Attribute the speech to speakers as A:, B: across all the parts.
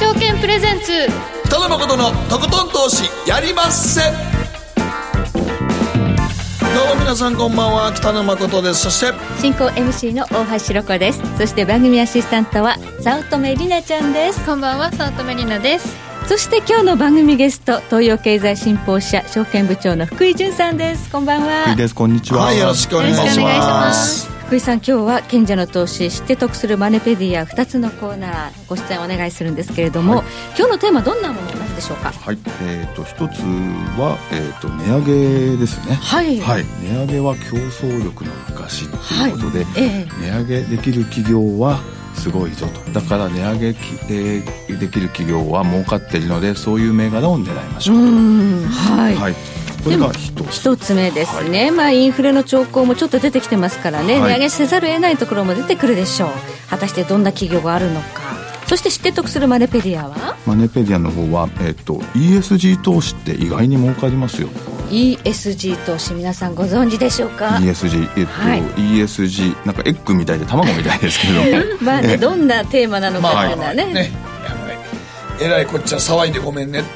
A: 証券プレゼンツ
B: 北野誠のとことん投資やりまっせ。どうも皆さんこんばんは、北野誠です。そして
C: 進行 MC の大橋ろ子です。そして番組アシスタントは早乙女里奈ちゃんです。
A: こんばんは、早乙女里奈です。
C: そして今日の番組ゲスト、東洋経済新報社証券部長の福井潤さんです。こんばんは。
D: 福井です。こんにちは。
B: はい、よろしくお願いします。
C: 福井さん、今日は賢者の投資知って得するマネペディア2つのコーナーご出演お願いするんですけれども、はい、今日のテーマどんなものなんでしょうか。
D: はい、一つは、値上げですね。はい、はい、値上げは競争力の証ということで、値上げできる企業はすごいぞと。だから値上げ、できる企業は儲かっているので、そういう銘柄を狙いましょう。
C: はい、はい、
D: これが
C: 一つ目ですね。はい、インフレの兆候もちょっと出てきてますからね、値上げせざるを得ないところも出てくるでしょう。果たしてどんな企業があるのか。そして知って得するマネペディアは、
D: マネペディアの方は、ESG 投資って意外に儲かりますよ。
C: ESG 投資、皆さんご存知でしょうか。
D: ESG、ESG なんかエッグみたいで卵みたいですけど
C: まあね、どんなテーマなのかっていうのはね、
B: えらいこっちゃ騒いでごめんね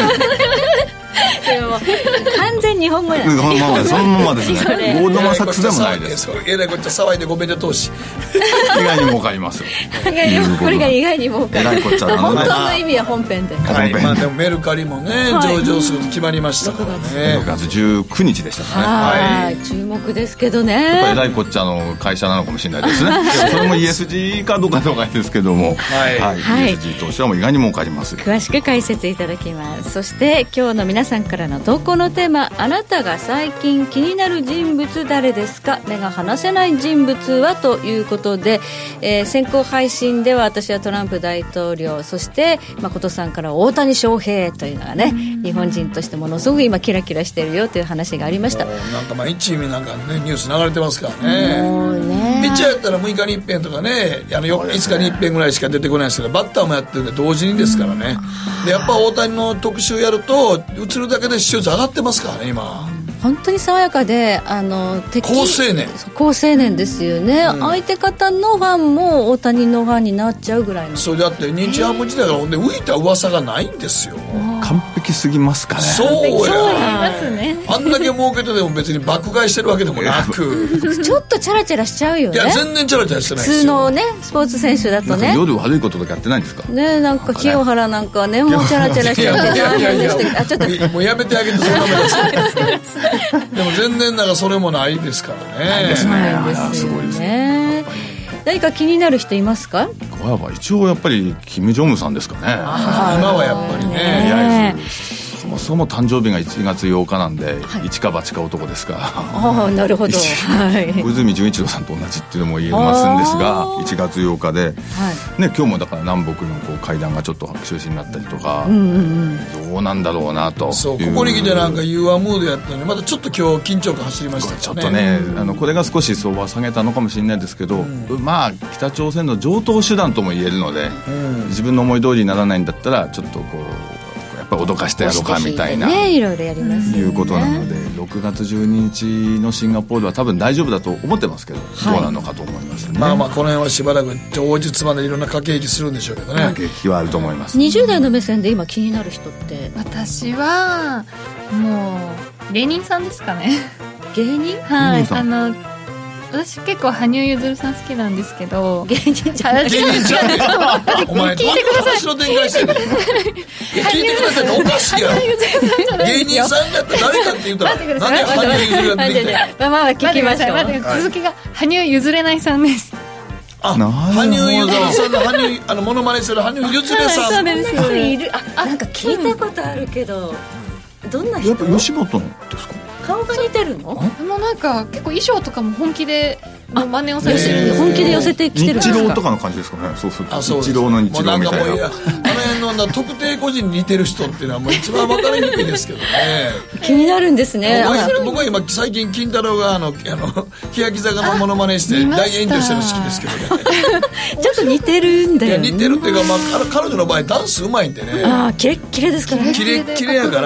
C: でも完全日本語やね
D: そのままですね。ゴールドマンサックスでもないです。
B: えらいこっちゃ騒いでごめんね投資
D: 意外に儲かります。
C: これが意外に儲かる。
D: えらいこっちゃ
C: 本当の意味は本編で、
B: まあ、でもメルカリもね、上場すると決まりましたからね。
D: 6月19日でしたからね。
C: 注目ですけどね。や
D: っぱりえらいこっちゃの会社なのかもしれないですねそれも ESG かどうかとかですけども、ESG 投資はもう意外に儲かります。
C: 詳しく解説いただきます。そして今日の皆さんからの投稿のテーマ、あなたが最近気になる人物誰ですか、目が離せない人物は、ということで、先行配信では私はトランプ大統領、そして誠さんから大谷翔平というのがね、日本人としてものすごく今キラキラしてるよという話がありました。
B: なんか毎日なんかねニュース流れてますからね。
C: もうね、
B: ピッチャーやったら6日に一遍とかね、5日に一遍ぐらいしか出てこないですけど、バッターもやってるんで同時にですからね。でやっぱ大谷の特集やると映るだけで視聴率上がってますからね。今
C: 本当に爽やかで、好青年ですよね、相手方のファンも大谷のファンになっちゃうぐらいの。
B: それだって日ハム時代からほんで浮いた噂がないんですよ。
D: 完璧すぎますかね。
B: そうや、
C: ね、
B: あんだけ儲けてでも別に爆買いしてるわけでもなく
C: ちょっとチャラチャラしちゃうよね。
B: いや全然チャラチャラしてないですよ。
C: 普通のねスポーツ選手だとね、
D: 夜悪いこととかやってないんですか
C: ね。なんか清原なんかね、もうチャラチャラしちゃう。
B: ちょっともうやめてあげてそんなもんですでも全然なんかそれもないですからね。
C: ないですね。何か気になる人いますか。
D: 一応やっぱりキム・ジョンウンさんですかね。
B: 今はやっぱりね、
D: そもそも誕生日が1月8日なんで、一か八か男ですから。
C: ああ、なるほど。
D: 小泉純一郎さんと同じっていうのも言えますんですが、1月8日で、今日もだから南北の会談がちょっと中止になったりとか、どうなんだろうなと。
B: そう、ここに来てなんか融和ムードやったのにまたちょっと今日緊張感走りましたね。
D: ちょっとね、これが少し相場を下げたのかもしれないですけど、まあ北朝鮮の常套手段とも言えるので、自分の思い通りにならないんだったらちょっとやっぱ脅かしてやろうかみたいな、
C: いろいろやりますよね、
D: いうことなので、6月12日のシンガポールは多分大丈夫だと思ってますけど、どうなのかと思いますね。
B: まあこの辺はしばらく当日までいろんな駆け引きするんでしょうけどね。
D: 駆け引きはあると思います。
C: 20代の目線で今気になる人って。
A: 私はもう芸人さんですかね。
C: 芸人？
A: はい、私結構羽生結弦さん好きなんですけど。
C: 芸人じゃない。
B: 芸人じゃない。お前どんな話の展開してるの。聞いてくださいっておかしいやろ。芸人さんだったら誰かって言うたらなんで羽生結弦が出てきて。
C: まあ聞きましょう。
A: 続きが羽生結弦ないさんです。
B: 羽生結弦さんのモノマネする羽生結弦さん。
C: そうですよね。いる。なんか聞いたことあるけど、どんな人？
D: やっぱ吉本のですか。
C: 顔が似てるの？
A: もうなんか結構衣装とかも本気で真似をされてる。
C: 本気で寄せてきてるんですか。
D: 日郎とかの感じですかね。そうすると日郎の日郎みたいな。
B: あの辺の特定個人に似てる人っていうのはもう一番分かりにくいですけどね。
C: 気になるんですね。
B: 僕は今最近金太郎が欅坂のモノマネして大炎上してるの好きですけどね。
C: ちょっと似てるんだよね。
B: 似てるっていうか、彼女の場合ダンスうまいんでね。
C: キレッキレですからね。
B: キレッキレやから、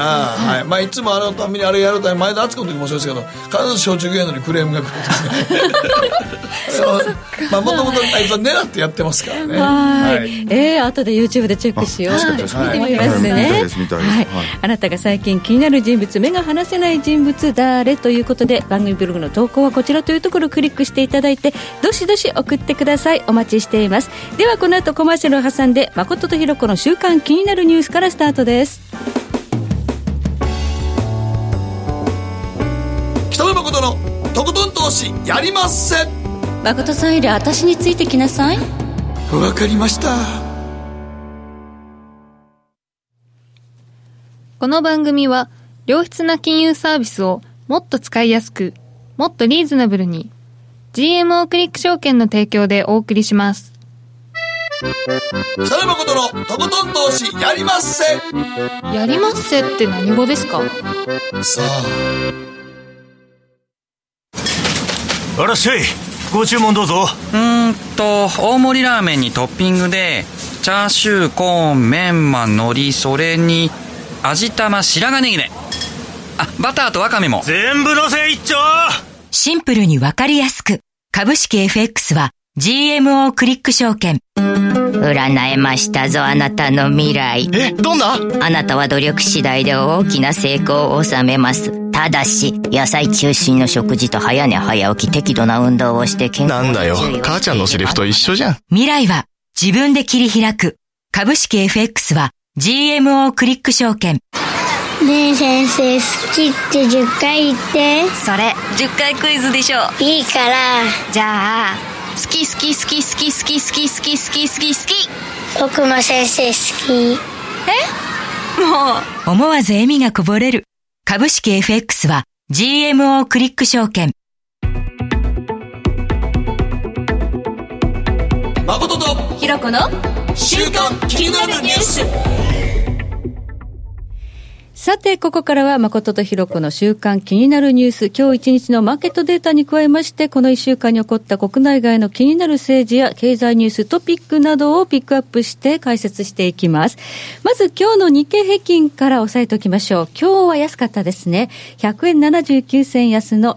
B: いつもためにあれやるために前田敦子の時もそうですけど、必ず小中芸能にクレームが来るとね。もともとあいつは狙ってやってますからね。
C: 後で YouTube でチェッククしよう、見てみますね。あなたが最近気になる人物、目が離せない人物誰ということで、番組ブログの投稿はこちらというところをクリックしていただいて、どしどし送ってください。お待ちしています。ではこの後コマーシャルを挟んで、誠とひろ子の週刊気になるニュースからスタートです。
B: 北野誠のとことん投資やりまっせ。
C: 誠さんより私についてきなさい。
B: わかりました。
A: この番組は良質な金融サービスをもっと使いやすく、もっとリーズナブルに GMO クリック証券の提供でお送りします。
B: 北野誠のとことん投資やりまっせ。
A: やりまっせって何語ですか？
B: さあ、
E: あらっしゃい、ご注文どうぞ。
F: 大盛りラーメンにトッピングでチャーシュー、コーン、メンマ、海苔、それに味玉、白髪ネギね。あ、バターとワカメも
E: 全部のせ一丁。
G: シンプルにわかりやすく、株式 FX は GMO クリック証券。占えましたぞ、あなたの未来。
E: どんな？
G: あなたは努力次第で大きな成功を収めます。ただし野菜中心の食事と早寝早起き、適度な運動をして健康
E: なんだよ、母ちゃんのセリフと一緒じゃん。
G: 未来は自分で切り開く。株式 FX は GMO クリック証券。
H: ねえ先生、好きって10回言って。
G: それ10回クイズでしょ。
H: いいから。
G: じゃあ、好き好き好き好き好き好き好き好き好き好き。
H: 僕も先生好き。
G: もう思わず笑みがこぼれる。株式 FX は GMO クリック証券。
B: 誠と
C: ひろ子の
B: 週刊気になるニュース。
C: さてここからは誠とひろ子の週間気になるニュース、今日一日のマーケットデータに加えまして、この1週間に起こった国内外の気になる政治や経済ニューストピックなどをピックアップして解説していきます。まず今日の日経平均から押さえておきましょう。今日は安かったですね。100円79銭安の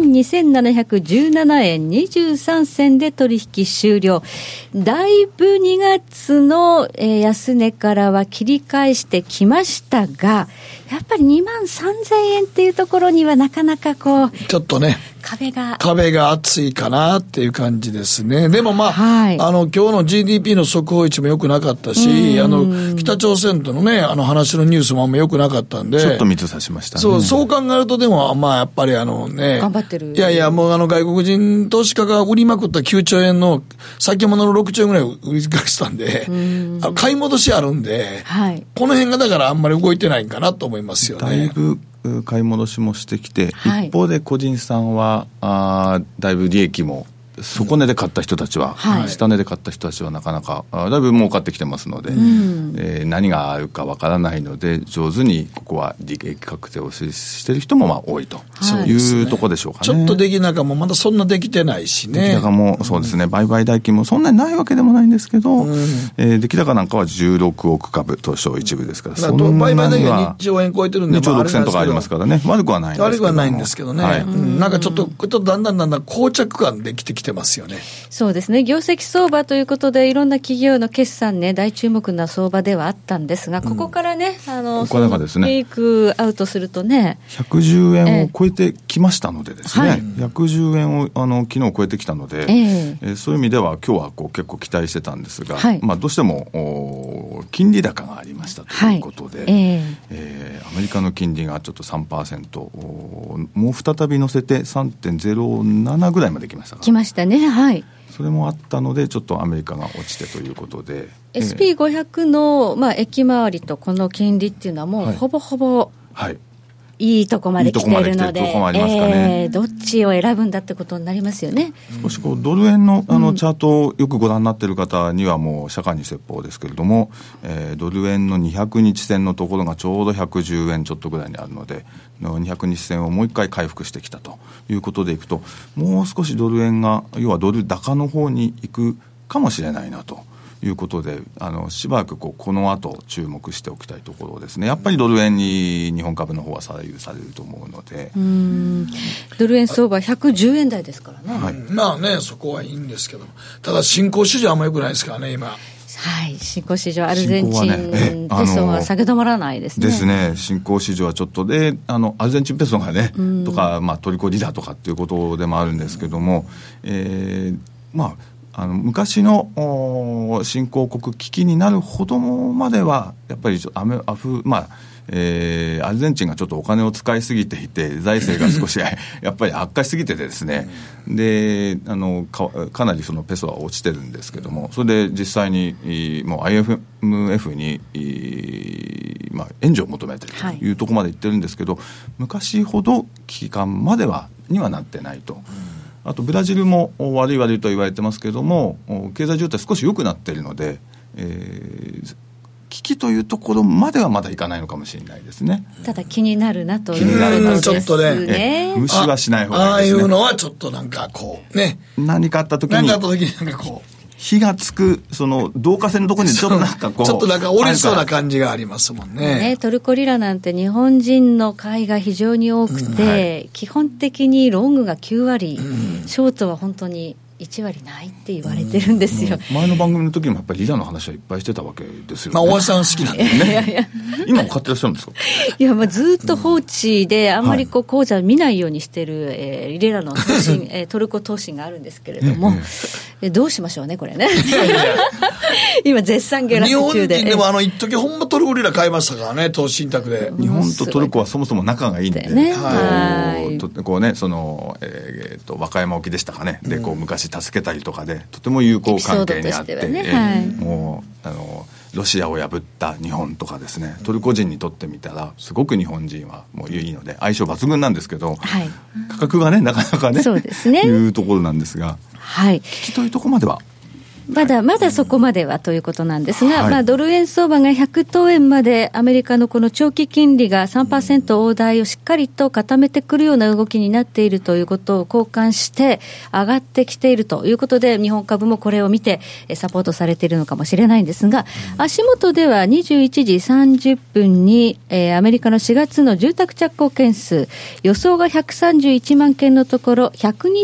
C: 22,717 円23銭で取引終了。だいぶ2月の安値からは切り返してきましたが、やっぱり23,000円っていうところにはなかなかこう
B: ちょっとね壁が厚いかなっていう感じですね。でもまあ、はい、今日の GDP の速報値も良くなかったし、北朝鮮とのね話のニュースもあんま良くなかったんで、
D: ちょっと水差しましたね。
B: そう考えると、でもまあやっぱり頑
C: 張ってる。
B: いやもう外国人投資家が売りまくった9兆円の先物の6兆円ぐらい売り返したんで、買い戻しあるんで、はい、この辺がだからあんまり動いてないんかなと思いますよね。
D: だいぶ買い戻しもしてきて、はい、一方で個人さんはだいぶ利益も底値で買った人たちは、下値で買った人たちはなかなかだいぶ儲かってきてますので、何があるかわからないので、上手にここは利益確定をしている人もまあ多いというところでしょうかね。
B: ちょっと出来高もまだそんなできてないしね。
D: 出来高もそうですね、売買代金もそんなにないわけでもないんですけど、出来高なんかは16億株東証一部ですから、そんなには
B: 売買代金2兆円超えてるんで、
D: 2兆6000とかありますからね、悪くはないんですけど、
B: 悪くはないんですけどね、はい、なんかちょっとだんだん膠着感できてきてますよね。
C: そうですね、業績相場ということでいろんな企業の決算ね、大注目な相場ではあったんですが、ここからね、
D: ここからですね、
C: ピークアウトするとね、
D: 110円を超えてきましたのでですね、110円を昨日超えてきたので、そういう意味では今日は結構期待してたんですが、どうしても金利高がありましたということで、アメリカの金利がちょっと 3% もう再び乗せて 3.07 ぐらいまで来ましたから、
C: 来ましたね。はい、
D: それもあったのでちょっとアメリカが落ちてということで、
C: SP500 の、駅回りとこの金利っていうのはもうほぼほぼ、いいとこまで来ているので、どっちを選ぶんだってことになりますよね。
D: 少しドル円のチャートをよくご覧になっている方にはもう釈迦に説法ですけれども、ドル円の200日線のところがちょうど110円ちょっとぐらいにあるので、200日線をもう一回回復してきたということでいくと、もう少しドル円が要はドル高の方に行くかもしれないなということで、しばらくこの後注目しておきたいところですね。やっぱりドル円に日本株の方は左右されると思うので、
C: ドル円相場110円台ですからね、
B: まあね、そこはいいんですけど、ただ新興市場あんまり良くないですからね今。
C: はい、新興市場アルゼンチンペソが下げ止まらないですね。
D: ですね。新興市場はちょっとでアルゼンチンペソがね、とか、トルコリラとかっていうことでもあるんですけども、昔の新興国危機になるほどまではやっぱりアルゼンチンがちょっとお金を使いすぎていて財政が少しやっぱり悪化しすぎてですね、でかなりそのペソは落ちてるんですけども、それで実際にもう IMF に援助を求めているというところまで行ってるんですけど、昔ほど危機感までにはなってないと。あとブラジルも悪いと言われてますけども、経済状態少し良くなっているので、危機というところまではまだいかないのかもしれないですね。
C: ただ気になるなということですね。
B: ちょっとね、
D: 無視はしない方がいいですね。
B: ああいうのはちょっとなんかこうね、
D: 何かあった時になんかこう火がつくその導火線のところにちょっとなんかこう
B: ちょっとなんか折れそうな感じがありますもんね。
C: トルコリラなんて日本人の買いが非常に多くて、基本的にロングが9割、ショートは本当に1割ないって言われてるんですよ。
D: 前の番組の時もやっぱりリラの話はいっぱいしてたわけですよね。
B: 大橋さん好きなんでね。
D: 今も買ってらっしゃるんですか？
C: いや、ずっと放置であんまり口座見ないようにしてる、リラの投信トルコ投信があるんですけれども、どうしましょうねこれね。今絶賛下落中で。
B: 日本人でも一時ほんまトルコリラ買いましたからね、投資信託で。
D: 日本とトルコはそもそも仲がいいんでね、こうね、その和歌山沖でしたかね、でこう昔助けたりとかでとても友好関係にあって、もうロシアを破った日本とかですね、トルコ人にとってみたらすごく日本人はもういいので相性抜群なんですけど、価格がねなかなかね、そうですねいうところなんですが、危機というところまでは
C: まだそこまではということなんですが、ドル円相場が100等円までアメリカのこの長期金利が 3% 大台をしっかりと固めてくるような動きになっているということを交換して上がってきているということで、日本株もこれを見てサポートされているのかもしれないんですが、足元では21時30分にアメリカの4月の住宅着工件数予想が131万件のところ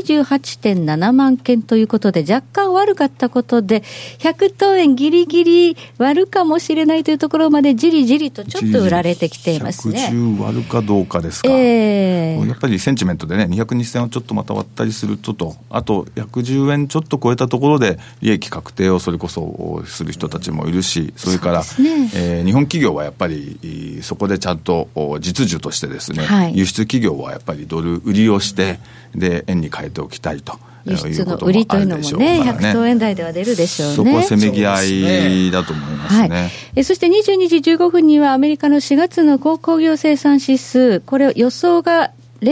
C: 128.7 万件ということで、若干悪かったことで100等円ギリギリ割るかもしれないというところまでじりじりとちょっと売られてきていますね。
D: 110割るかどうかですか、やっぱりセンチメントでね、200日線をちょっとまた割ったりすると、あと110円ちょっと超えたところで利益確定をそれこそする人たちもいるし、それから、日本企業はやっぱりそこでちゃんと実需としてですね、輸出企業はやっぱりドル売りをしてで円に変えておきたいと、
C: 輸出の売りというのもね、100等円台では出るでしょうね。
D: そこはせめぎ合いだと思いますね。
C: そして22時15分にはアメリカの4月の工業生産指数、これ予想が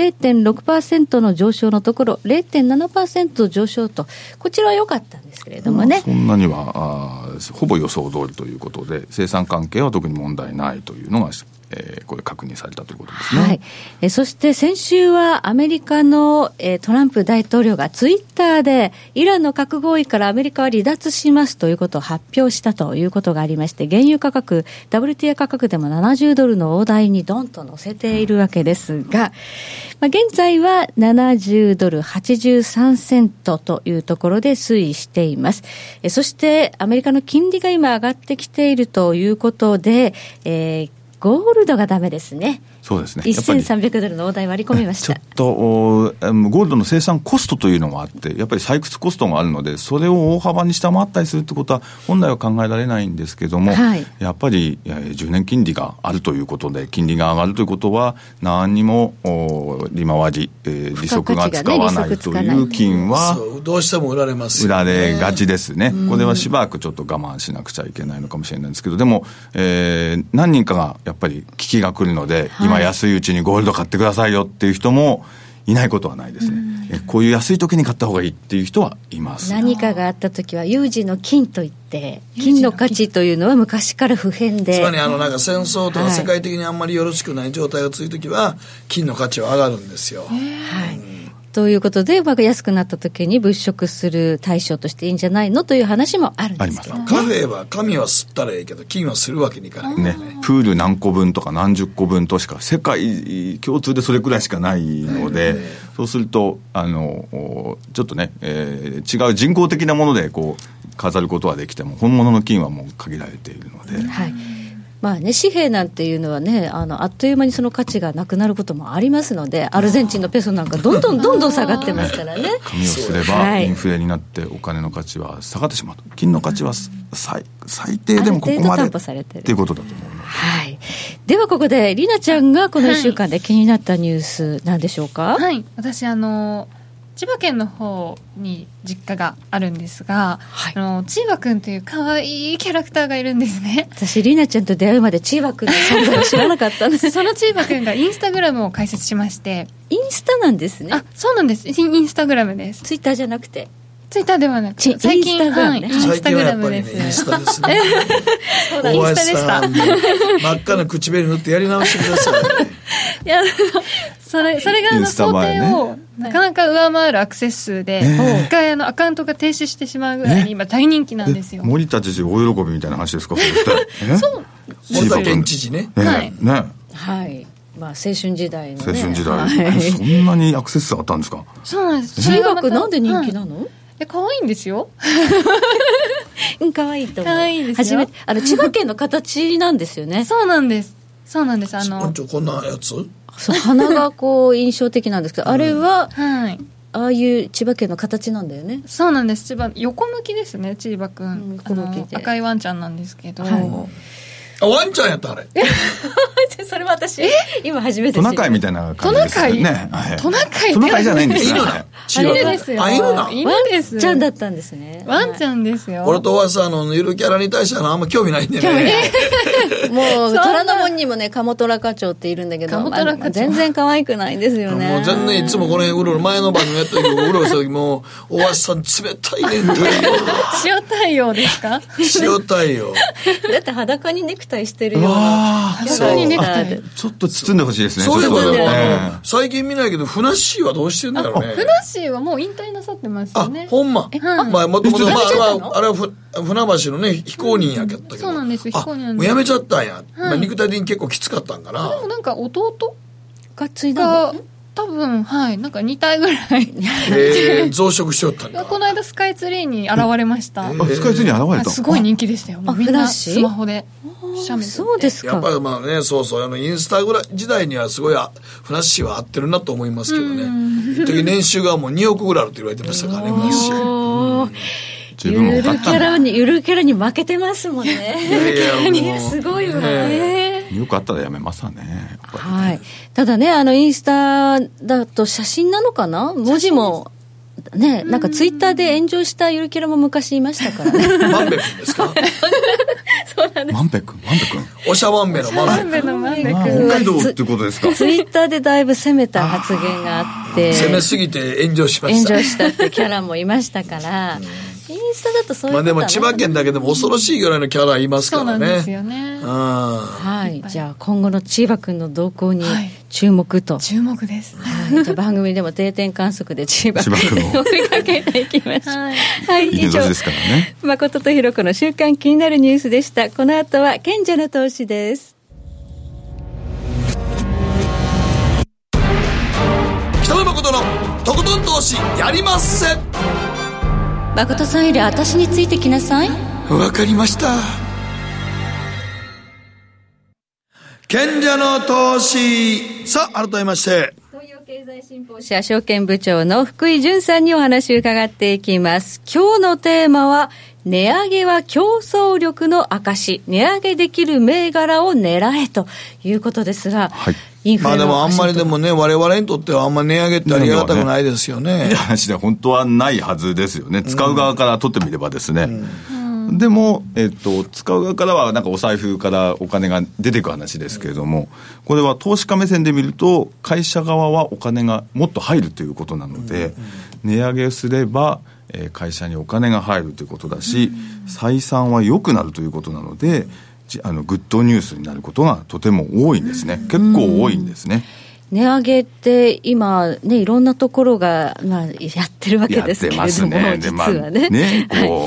C: 0.6% の上昇のところ 0.7% 上昇と、こちらは良かったんですけれどもね、
D: そんなにはほぼ予想通りということで、生産関係は特に問題ないというのがこれ確認されたということですね。
C: そして先週はアメリカの、トランプ大統領がツイッターでイランの核合意からアメリカは離脱しますということを発表したということがありまして、原油価格 WTI 価格でも70ドルの大台にドンと乗せているわけですが、現在は70ドル83セントというところで推移しています。そしてアメリカの金利が今上がってきているということで、ゴールドがダメですね。
D: そうですね。
C: 1300ドルの大台割り込みました。
D: ちょっとゴールドの生産コストというのがあって、やっぱり採掘コストがあるので、それを大幅に下回ったりするってことは本来は考えられないんですけども、やっぱり10年金利があるということで、金利が上がるということは何にも利回り、利息が使わないという金は
B: どうしても売られますよね。
D: 売られがちですね。これはしばらくちょっと我慢しなくちゃいけないのかもしれないんですけど、でも、何人かがやっぱり危機が来るので、今安いうちにゴールド買ってくださいよっていう人もいないことはないですね。こういう安い時に買った方がいいっていう人はいます。
C: 何かがあった時は有事の金といって、金の価値というのは昔から不変で、
B: つまりなんか戦争とか世界的にあんまりよろしくない状態が続いた時は金の価値は上がるんですよ。
C: ということで、安くなった時に物色する対象としていいんじゃないのという話もあるんですけどね。
B: カフェは紙は吸ったらいいけど金は吸るわけにいかないね。
D: プール何個分とか何十個分としか世界共通でそれくらいしかないので、そうするとちょっとね、違う人工的なものでこう飾ることはできても本物の金はもう限られているので、
C: はい、まあね、紙幣なんていうのはね、あっという間にその価値がなくなることもありますので、アルゼンチンのペソなんかどんどん下がってますからね。
D: 紙をすればインフレになってお金の価値は下がってしまうと、金の価値は最低でもここまでっていうことだと思います。
C: はい、ではここでりなちゃんがこの1週間で気になったニュースなんでしょうか。
A: はい、私千葉県の方に実家があるんですが、はい、チーバくんという可愛いキャラクターがいるんですね。
C: 私りなちゃんと出会うまでチーバくんの存在を知らなかったんです
A: そのチーバくんがインスタグラムを開設しまして。
C: インスタなんですね。
A: あ、そうなんです。インスタグラムです。
C: ツイッターじゃなくて。
A: ツイッターではなくて最近インスタグラムです。
B: インスタですね
A: そうだ、インスタでした。
B: 真っ赤な口紅塗ってやり直してください
A: いや、それが想定をなかなか上回るアクセス数で、一回アカウントが停止してしまうぐらいに今大人気なんですよ。
D: 森田知事大喜びみたいな話ですか。
A: そう
B: 森田県知事ね。
A: はい
D: ね、
C: はい、まあ、青春時代のね、
D: 青春時代、はい、そんなにアクセス数あったんですか。
A: そうなんです。
C: 中学なんで人気なの。
A: 可愛いんですよ
C: 可愛いと思う。
A: 可愛いですよ。
C: 千葉県の形なんですよね
A: そうなんです。そうなんです。
B: こんなやつ、
C: そう、鼻がこう印象的なんですけど、あれは、
A: はい、
C: ああいう千葉県の形なんだよね。
A: そうなんです。横向きですね、千葉くん、横向きで赤いワンちゃんなんですけど、はい、
B: ワンちゃんやったあれ
C: それは私今初めて知
D: トナカイみたいな感じですよね。
A: トナカイ
D: じゃないんですよ。
A: 犬ですよ。
C: 犬です。ワンちゃんだったんですね。
A: ワンちゃんですよ。
B: 俺とはさ、ゆるキャラに対してはあんま興味ないんでね。
C: もう虎ノ門にもね、鴨虎課長っているんだけど、全然可愛くないんですよね。
B: もう全然いつもこの辺うろうろ、前の番組やった時うろうろした時もおわしさん冷たいねんと
A: 塩太陽ですか。
B: 塩太陽
C: だって裸にネクタイしてるような。
A: 裸にネクタイ
D: ちょっと包んでほしいですね。
B: そういうことで、最近見ないけどふなっしーはどうしてるんだろうね。
A: ふなっしーはもう引退なさってますよね。
B: あ、ほんま。まあ、もともと、あれは船橋のね、非公認やけったけど。
A: そうなんです、非公認なんです。
B: もうやめちゃったんや。まあ、肉体的に結構きつかったんかな。
A: でもなんか弟
C: が継いだの
A: 多分、はい、なんか2体ぐらい
B: 増殖しよったんだ。
A: この間スカイツリーに現れました。
D: スカイツリーに現れた。
A: すごい人気でしたよ。みんなスマホで
C: そうですか。
B: やっぱりまあね、そうインスタぐらい時代にはすごいふなっしーは合ってるなと思いますけどね。一時年収がもう2億ぐらいあると言われてましたからね、ふなっしー。
C: ゆるキャラに負けてますもんね。いやすごいわね。
D: よくあったらやめますわね。
C: はい。ただね、インスタだと写真なのかな、文字もね、なんかツイッターで炎上したゆるキャラも昔いましたからね。
B: マンベ君ですか。
C: そうなんです。
D: マンベ君
B: おしゃマンベのマンベ君。
D: 北海道ってことですか。
C: ツイッターでだいぶ攻めた発言があって、
B: 攻めすぎて炎上しました。
C: 炎上したってキャラもいましたからインスタだとそういうことは、
B: まあでも千葉県だけでも恐ろしいぐらいのキャラいますからね。
A: そうなんですよね。
C: はい。じゃあ今後の千葉君の動向に注目と。
A: 注目です。
C: はい。じゃあ番組でも定点観測で千葉君を追いかけていきましょう。はい。
D: 以上ですからね。
C: 誠とひろ子の週刊気になるニュースでした。この後は賢者の投資です。
B: 北野誠のとことん投資やりまっせ。
C: 誠さんより私についてきなさい。
B: わかりました。賢者の投資。さあ改めまして
C: 東洋経済新報社証券部長の福井潤さんにお話を伺っていきます。今日のテーマは値上げは競争力の証、値上げできる銘柄を狙えということですが、はい、
B: まあでもあんまりでもね、我々にとってはあんまり値上げってありがたくないですよね。
D: いい話では本当はないはずですよね。使う側から取ってみればですね。でも、使う側からはなんかお財布からお金が出ていく話ですけれども、これは投資家目線で見ると会社側はお金がもっと入るということなので、値上げすれば会社にお金が入るということだし、採算は良くなるということなので、グッドニュースになることがとても多いんですね。結構多いんですね。
C: 値上げって今ね、いろんなところが、まあ、やってるわけですけれども、
D: やってますね。
C: 実はね。
D: こう、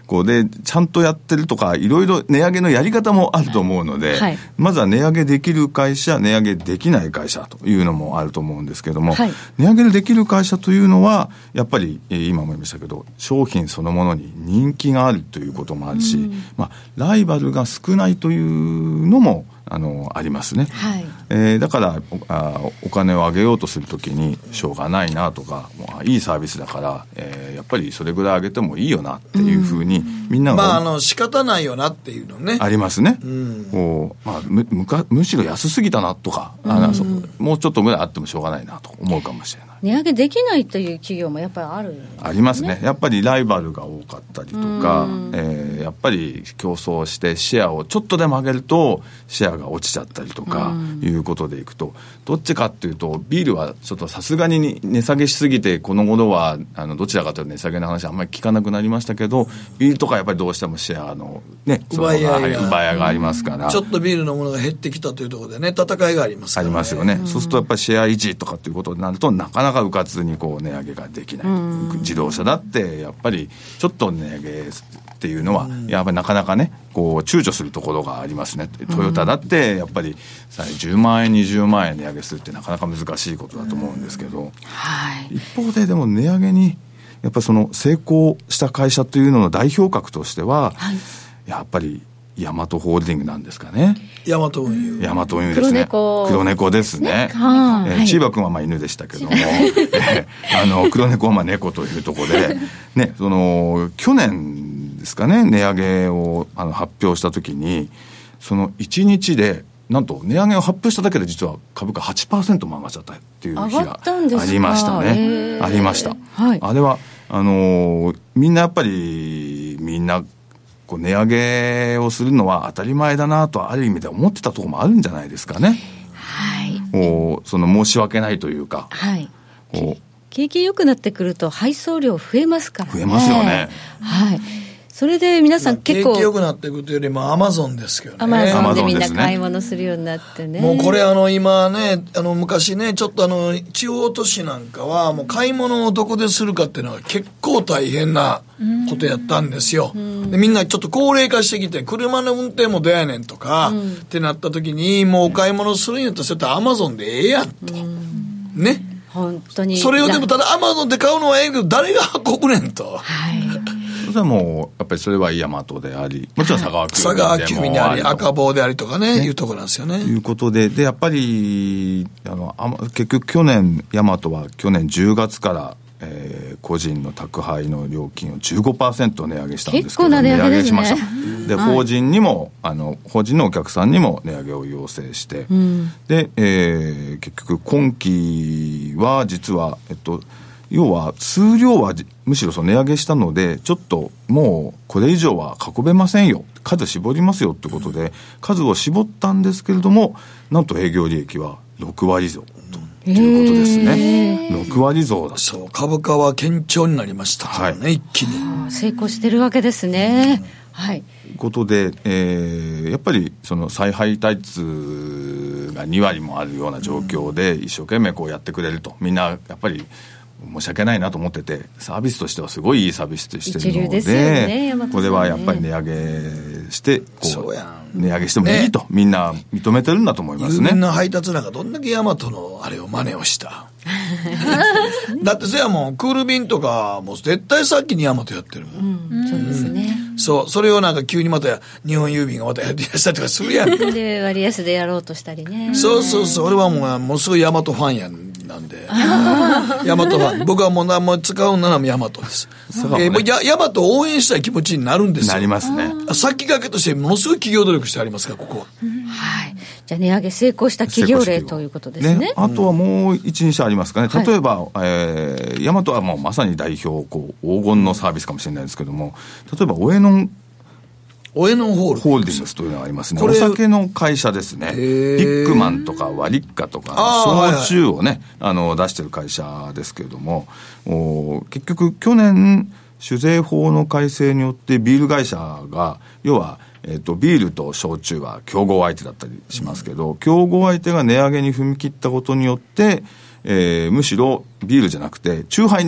D: こうでちゃんとやってるとかいろいろ値上げのやり方もあると思うので、はい、まずは値上げできる会社、値上げできない会社というのもあると思うんですけども、はい、値上げできる会社というのはやっぱり今も言いましたけど商品そのものに人気があるということもあるし、ライバルが少ないというのもありますね、はい。だからお金を上げようとするときにしょうがないなとか、もういいサービスだから、やっぱりそれぐらい上げてもいいよなっていうふうにみんなが、
B: 仕方ないよなっていうのね
D: ありますね、むしろ安すぎたなとか、もうちょっとぐらいあってもしょうがないなと思うかもしれない。
C: 値上げできないという企業もやっぱりある、ね、
D: ありますね。やっぱりライバルが多かったりとか、やっぱり競争してシェアをちょっとでも上げるとシェアが落ちちゃったりとかいうことでいくと、どっちかっていうとビールはちょっとさすがに値下げしすぎてこの頃はどちらかというと値下げの話あんまり聞かなくなりましたけど、ビールとかやっぱりどうしてもシェアのね奪い合いがありますから、
B: ちょっとビールのものが減ってきたというところでね戦いがありますからね。
D: ありますよね。そうするとやっぱりシェア維持とかっていうことになるとなかなかうかつにこう値上げができない。自動車だってやっぱりちょっと値上げっていうのはやっぱりなかなかねこう躊躇するところがありますね。トヨタだってやっぱり10万円20万円値上げするってなかなか難しいことだと思うんですけど、一方ででも値上げにやっぱりその成功した会社というのの代表格としては、やっぱりヤマトホールディングなんですかね。
B: ヤマト運輸
D: ですね。黒猫ですね。チーバくんは犬でしたけども黒猫は猫というところで、ね、去年ですかね値上げを発表したときにその1日でなんと値上げを発表しただけで実は株価 8% も上がっちゃったっていう日がありましたね。ありました、はい、あれはみんなやっぱりこう値上げをするのは当たり前だなとある意味で思ってたところもあるんじゃないですかね。はい、申し訳ないというか、はい、
C: 景気良くなってくると配送量増えますからね。
D: 増えますよね。
C: はい。それで皆さん結構
B: 景気良くなっていくというよりもアマゾンですけどね。
C: アマゾンでみんな買い物するようになってね。
B: もうこれ今ね昔ねちょっと地方都市なんかはもう買い物をどこでするかっていうのは結構大変なことやったんですよ。でみんなちょっと高齢化してきて車の運転もどやねんとか、ってなった時にもうお買い物するんやったらそうやったらアマゾンでええやんと、ね。
C: 本当に
B: それをでもただアマゾンで買うのはええけど誰が運ぶねんと。はい。
D: それはもうやっぱりそれはヤマトであり、もちろん佐川
B: 急便であり赤棒でありとかねいうところなんですよね。
D: いうことでやっぱり結局去年ヤマトは去年10月から、個人の宅配の料金を 15% 値上げしたんですけど、値上げしました。で、法人にも法人のお客さんにも値上げを要請して、で、結局今期は実は要は数量はむしろ値上げしたのでちょっともうこれ以上は運べませんよ、数絞りますよってことで数を絞ったんですけれども、なんと営業利益は6割増ということですね。6割増だ。
B: そう、株価は堅調になりましたからね、一気に
C: 成功してるわけですね。はい。
D: ということで、やっぱり再配達が2割もあるような状況で一生懸命こうやってくれるとみんなやっぱり申し訳ないなと思ってて、サービスとしてはすごいいいサービスとしてるの で、これはやっぱり値上げして値上げしてもいいと、みんな認めてるんだと思いますね。
B: 郵便の配達なんかどんだけヤマトのあれを真似をしただってそやもんクール便とかもう絶対さっきにヤマトやってるもん、
C: そうですね。
B: そう、それをなんか急にまた日本郵便がまたやりだしたりとかするやん
C: で割安でやろうとしたりね。
B: そうそうそう、俺はもうすごいヤマトファンなんでヤマトファン、僕はもう何も使うならヤマトです。ヤマトを応援したい気持ちになるんですよ。
D: なりますね。
B: 先駆けとしてものすごい企業努力してありますからここは、
C: はい。じゃあ値上げ成功した企業例ということですね。
D: あとはもう 1,2 社ありますかね。例えば、ヤマトはもうまさに代表黄金のサービスかもしれないですけども、例えばオエノンホールディングスというのがありますね。お酒の会社ですね。ビッグマンとかワリッカとか焼酎をね、出してる会社ですけれども、結局去年酒税法の改正によってビール会社が要はビールと焼酎は競合相手だったりしますけど、競合相手が値上げに踏み切ったことによって、むしろビールじゃなくて酎ハイに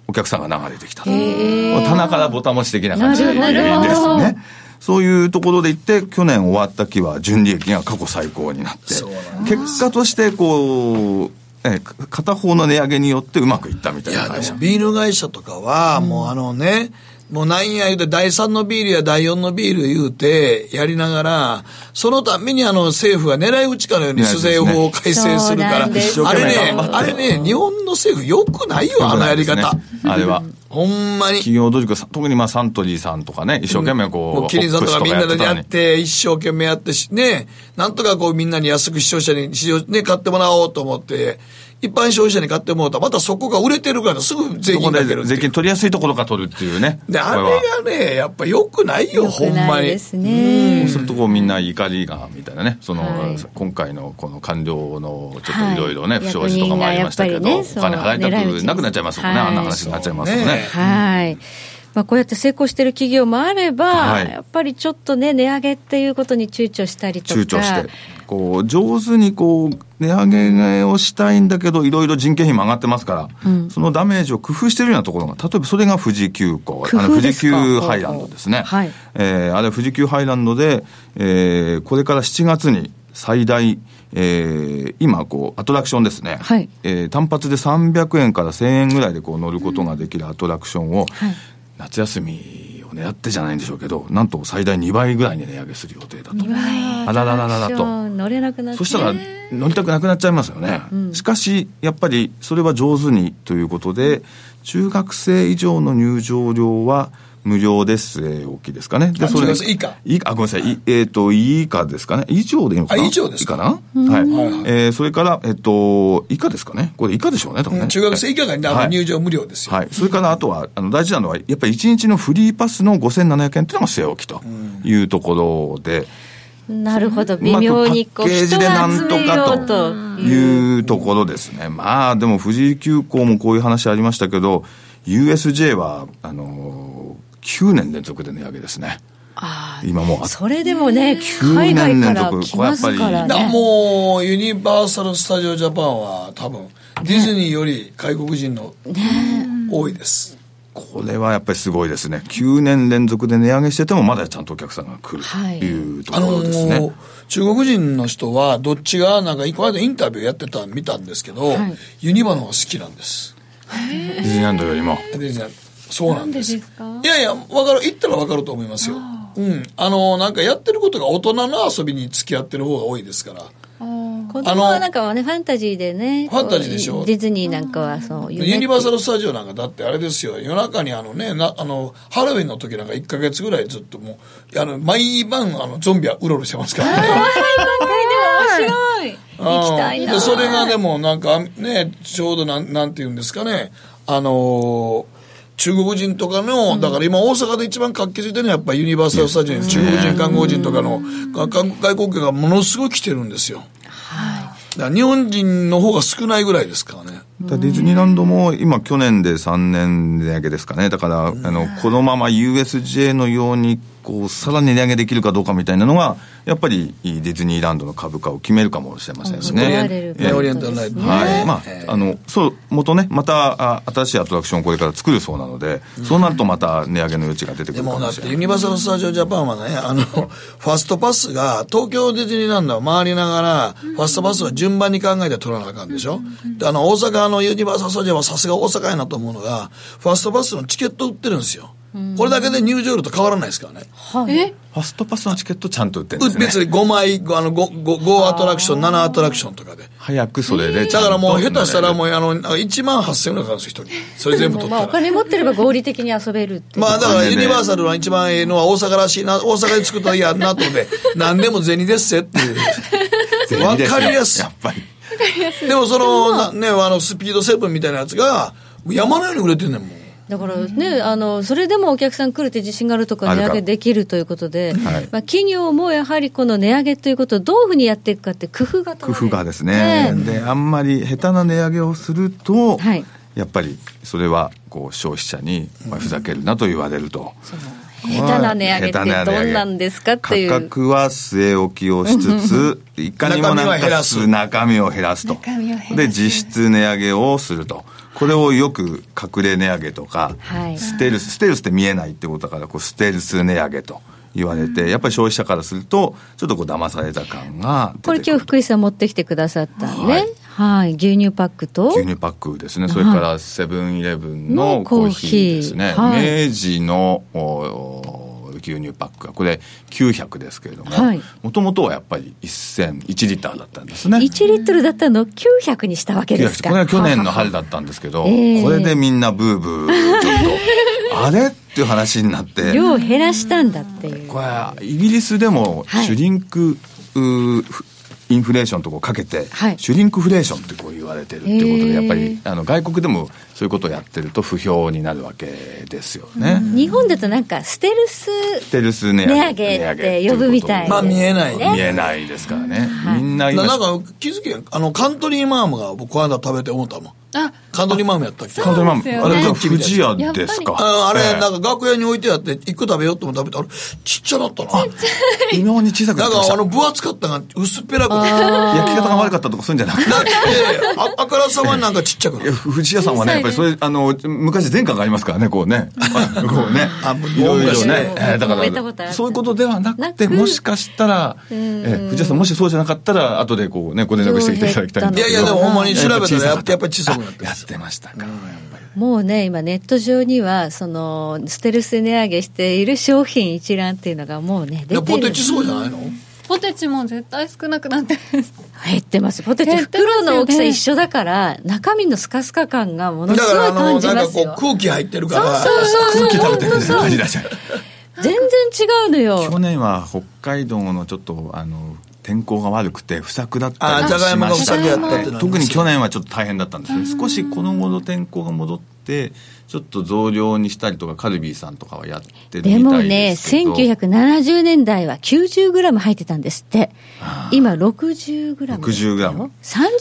D: お客さんが流れてきたと。棚からボタン持ち的な感じですね。そういうところでいって去年終わった期は純利益が過去最高になって、結果としてこう片方の値上げによってうまくいったみたいな会社。
B: いやでもビール会社とかはもうもうなんや言うて第3のビールや第4のビール言うてやりながら、そのために政府が狙い撃ちかのように酒税法を改正するから、あれね、日本の政府良くないよ、あのやり方。
D: あれは。
B: ほんまに。
D: 企業努力、特にサントリーさんとかね、一生懸命こう。
B: キリンさんとかみんなでやって、一生懸命やってね、なんとかこうみんなに安く視聴者に、ね、買ってもらおうと思って、一般消費者に買ってもらうとまたそこが売れてるからすぐ税金が出る。
D: 税金取りやすいところから取るっていうね。
B: で、あれがね、やっぱ良くないよ、ほんまに。
C: ですね。
D: そうするとこうみんな怒りが、みたいなね、今回のこの官僚のちょっといろいろね、不祥事とかもありましたけど、お金払いたくなくなっちゃいますもんね、あんな話になっちゃいますよね。
C: はい。こうやって成功している企業もあれば、やっぱりちょっとね、値上げっていうことに躊躇したりとか。
D: 躊躇して。こう、上手にこう、値上げをしたいんだけど、いろいろ人件費も上がってますから、そのダメージを工夫しているようなところが、例えばそれが富士急行、富士急ハイランドですね。あれ富士急ハイランドで、これから7月に最大、今こうアトラクションですね、単発で300円から1000円ぐらいでこう乗ることができるアトラクションを、夏休みを狙ってじゃないんでしょうけど、なんと最大2倍ぐらいに値上げする予定だと。あらららららと。
C: 乗れなくなって。
D: そしたら乗りたくなくなっちゃいますよね。しかしやっぱりそれは上手にということで、中学生以上の入場料は無料です大きいですかね。で、それ
B: 以下。
D: ごめんなさい。以下ですかね。以上でいいのかな。
B: 以上ですか
D: な。それから、以下ですかね。これ以下でしょうね、多分ね。
B: 中学生以下が入場無料ですよ。
D: それからあとは、大事なのは、やっぱり1日のフリーパスの5700円っていうのが据え置きというところで、
C: なるほど、微妙にこう、
D: パッケージでなんとかというところですね。まあ、でも富士急行もこういう話ありましたけど、USJ は、9年連続で値上げですね。今もう
C: それでもね、海外から来ますからね。
B: もうユニバーサル・スタジオ・ジャパンは多分ディズニーより外国人の多いです。
D: これはやっぱりすごいですね。9年連続で値上げしててもまだちゃんとお客さんが来るというところですね。
B: 中国人の人はどっちがこの間インタビューやってた見たんですけど、ユニバの方が好きなんです。
D: ディズニーランドよりも。
B: そうなんです。いやいや、行ったら分かると思いますよ。なんかやってることが大人の遊びに付き合ってる方が多いですから。
C: 子供はなんかはね、ファンタジーでね。
B: ファンタジーでしょ。
C: ディズニーなんかはそう。
B: ユニバーサル・スタジオなんかだってあれですよ。夜中にハロウィンの時なんか1ヶ月ぐらいずっともう、毎晩ゾンビはうろうろしてますからね。
C: 面白い。行きたいな。
B: それがでもなんかね、ちょうどなんて言うんですかね。中国人とかの、だから今大阪で一番活気づいてるのはやっぱりユニバーサル・スタジオに中国人観光人とかの外国客がものすごい来てるんですよ。だから日本人の方が少ないぐらいですからね。
D: ディズニーランドも今去年で3年値上げですかね。だからこのまま USJ のようにこうさらに値上げできるかどうかみたいなのがやっぱりディズニーランドの株価を決めるかもしれませんですね。
B: オリエンタルライト。
D: 元ねまた新しいアトラクションをこれから作るそうなので、そうなるとまた値上げの余地が出てくるかもしれない。
B: でもだってユニバーサル・スタジオ・ジャパンはねファストパスが東京ディズニーランドを回りながらファストパスは順番に考えて取らなあかんでしょ。で大阪のユニバーサル・スタジオはさすが大阪やなと思うのが、ファストパスのチケット売ってるんですよ。これだけで入場料と変わらないですからね。
D: ファストパスのチケットちゃんと売ってるんですね。
B: 別に5枚5アトラクション7アトラクションとかで
D: 早くそれで
B: だからもう下手したらもう1万8000円ぐらいかかるんですよ1人。それ全部取ったら
C: お金持ってれば合理的に遊べるって
B: だからユニバーサルの一番ええのは大阪らしいな、大阪で作ったらいいやなと思って何でも銭ですせっていう分かりやすい。
D: やっぱり
B: でもスピード7みたいなやつが山のように売れてんねんもん。
C: だからね、それでもお客さん来るって自信があるとか値上げできるということで、企業もやはりこの値上げということをどういうふうにやっていくかって工夫が
D: ですね。で、あんまり下手な値上げをすると、やっぱりそれはこう消費者にふざけるなと言われると。
C: 下手な値上げってどんなんですかっていう。
D: 価格は据え置きをしつつ、いかにも中身を減らすと。で、実質値上げをすると。 これをよく隠れ値上げとか、ステルスって見えないってことだからステルス値上げと言われて、やっぱり消費者からするとちょっと騙された感が出てくる。
C: これ今日福井さん持ってきてくださったね、牛乳パックと
D: 牛乳パックですね。それからセブンイレブンのコーヒーですね、明治の牛乳パックがこれ900ですけれども、もともとはやっぱり1リッターだったんですね。
C: 1リットルだったのを900にしたわけですか。
D: これは去年の春だったんですけど、これでみんなブーブーちょっとあれっていう話になって
C: 量を減らしたんだっていう。
D: これイギリスでもシュリンク、インフレーションとこうかけて、シュリンクフレーションってこう言われてるっていうことで、やっぱり外国でもそういうことをやってると不評になるわけですよね。
C: 日本だとなんかステルス値上げって呼ぶみたいな、
B: 見えない、
D: 見えないですからね、みんな今
B: なんか気づけカントリーマームが僕この間食べて思ったもん。カントリーマームやったっけ。
D: カントリーマーム、あれが富士屋ですか。
B: あれなんか楽屋に置いてあって一個食べようとも食べたらちっちゃなったな。
D: 微妙に小さくなってました。
B: なんか分厚かったが薄っぺらく
D: 焼き方が悪かったとかそういうんじゃなくて、
B: だってあからさまになんかちっちゃくなる。
D: 富士屋さんはねやっぱりそれ昔前科がありますからね、こうねこうねいろいろね、だからそういうことではなくて、もしかしたら富士屋さんもしそうじゃなかったら後でこうねご連絡していただきたいんですけど。
B: いやでもほんまに調べたらやっぱり小さくなって
D: やってましたか。
C: もうね今ネット上にはそのステルス値上げしている商品一覧っていうのがもうね出てる。
B: ポテチそうじゃないの。
A: ポテチも絶対少なくなってる。
C: 減ってます。ポテチ袋の大きさ一緒だから中身のスカスカ感がものすごい感じますよ。
B: なんかこう空気入ってるから。
C: そう
D: 空気食べてる感じだし
C: 全然違うのよ。
D: 去年は北海道のちょっと天候が悪くて不作だったりしました。
B: じゃがいもが不作やったって。
D: 特に去年はちょっと大変だったんですけど、少しこの後の天候が戻ってちょっと増量にしたりとかカルビーさんとかはやってるみたいですけど。でもね
C: 1970年代は 90g 入ってたんですって。今 60g
D: 60g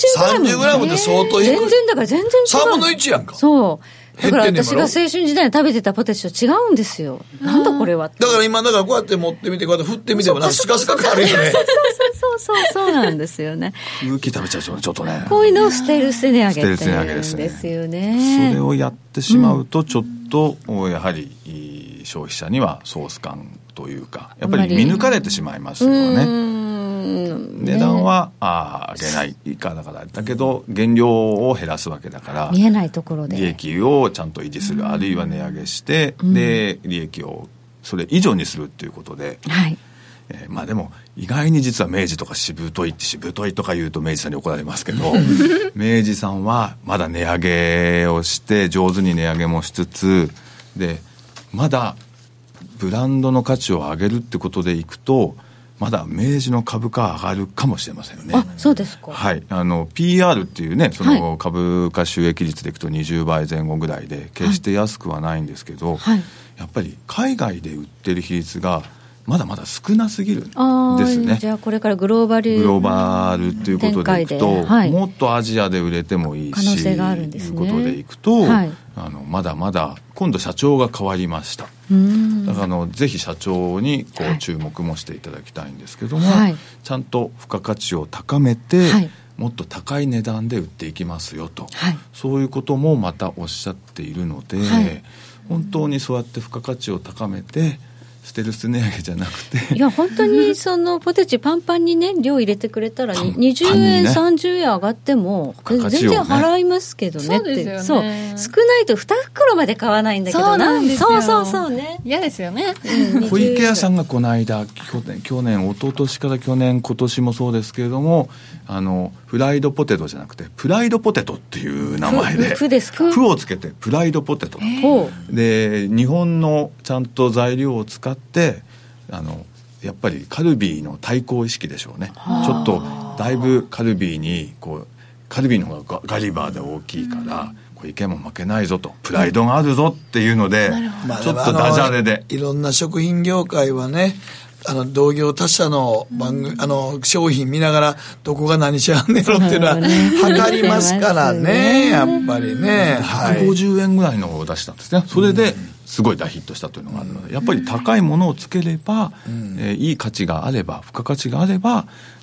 B: 30g って相当
C: 全然だから全然違う。
B: 3分の1やんか。
C: そうだから私が青春時代に食べてたポテチと違うんですよ。なんだこれは。
B: だから今こうやって持ってみてこうやって振ってみてもなんかスカスカ変わるよね。
C: そうなんですよね。
D: 空気食べちゃうとちょっとね。
C: こういうのをステルス値上げって言うん
D: です
C: よね。
D: それをやってしまうとちょっとやはり消費者にはソース感というかやっぱり見抜かれてしまいますよね。値段は上げないかだからだけど原料を減らすわけだから
C: 見えないところで
D: 利益をちゃんと維持する、あるいは値上げして、で利益をそれ以上にするっていうことで、まあでも意外に実は明治とかしぶといとか言うと明治さんに怒られますけど明治さんはまだ値上げをして上手に値上げもしつつでまだブランドの価値を上げるってことでいくとまだ明治の株価上がるかもしれませんよね。
C: あ、そうですか。
D: はい、PR っていうねその株価収益率でいくと20倍前後ぐらいで決して安くはないんですけど、やっぱり海外で売ってる比率がまだまだ少なすぎるんですね。
C: じゃあこれからグローバル
D: っていうことでいくと、もっとアジアで売れてもいいし
C: 可能性があるんですね。
D: ということでいくと、まだまだ今度社長が変わりました。だからぜひ社長にこう注目もしていただきたいんですけども、ちゃんと付加価値を高めて、もっと高い値段で売っていきますよと、そういうこともまたおっしゃっているので、本当にそうやって付加価値を高めてステルス値上げじゃなくて
C: いや本当にそのポテチパンパンにね量入れてくれたら20円、30円上がっても全然払いますけどねって。そう少ないと2袋まで買わないんだけど
A: そうなんですよ。
C: そうね
A: 嫌ですよね。
D: 小池屋さんがこの間去年一昨年から去年今年もそうですけれどもフライドポテトじゃなくてプライドポテトっていう名前でプをつけてプライドポテトで日本のちゃんと材料を使ってやっぱりカルビーの対抗意識でしょうね。ちょっとだいぶカルビーにカルビーの方がガリバーで大きいから小池も負けないぞとプライドがあるぞっていうので、ちょっとダジャレで
B: いろんな食品業界はね同業他社の商品見ながらどこが何しはんねやろっていうのは測りますからね、やっぱりね。
D: 150円ぐらいのを出したんですね。それですごい大ヒットしたというのがあるので、やっぱり高いものをつければ、いい価値があれば付加価値があれば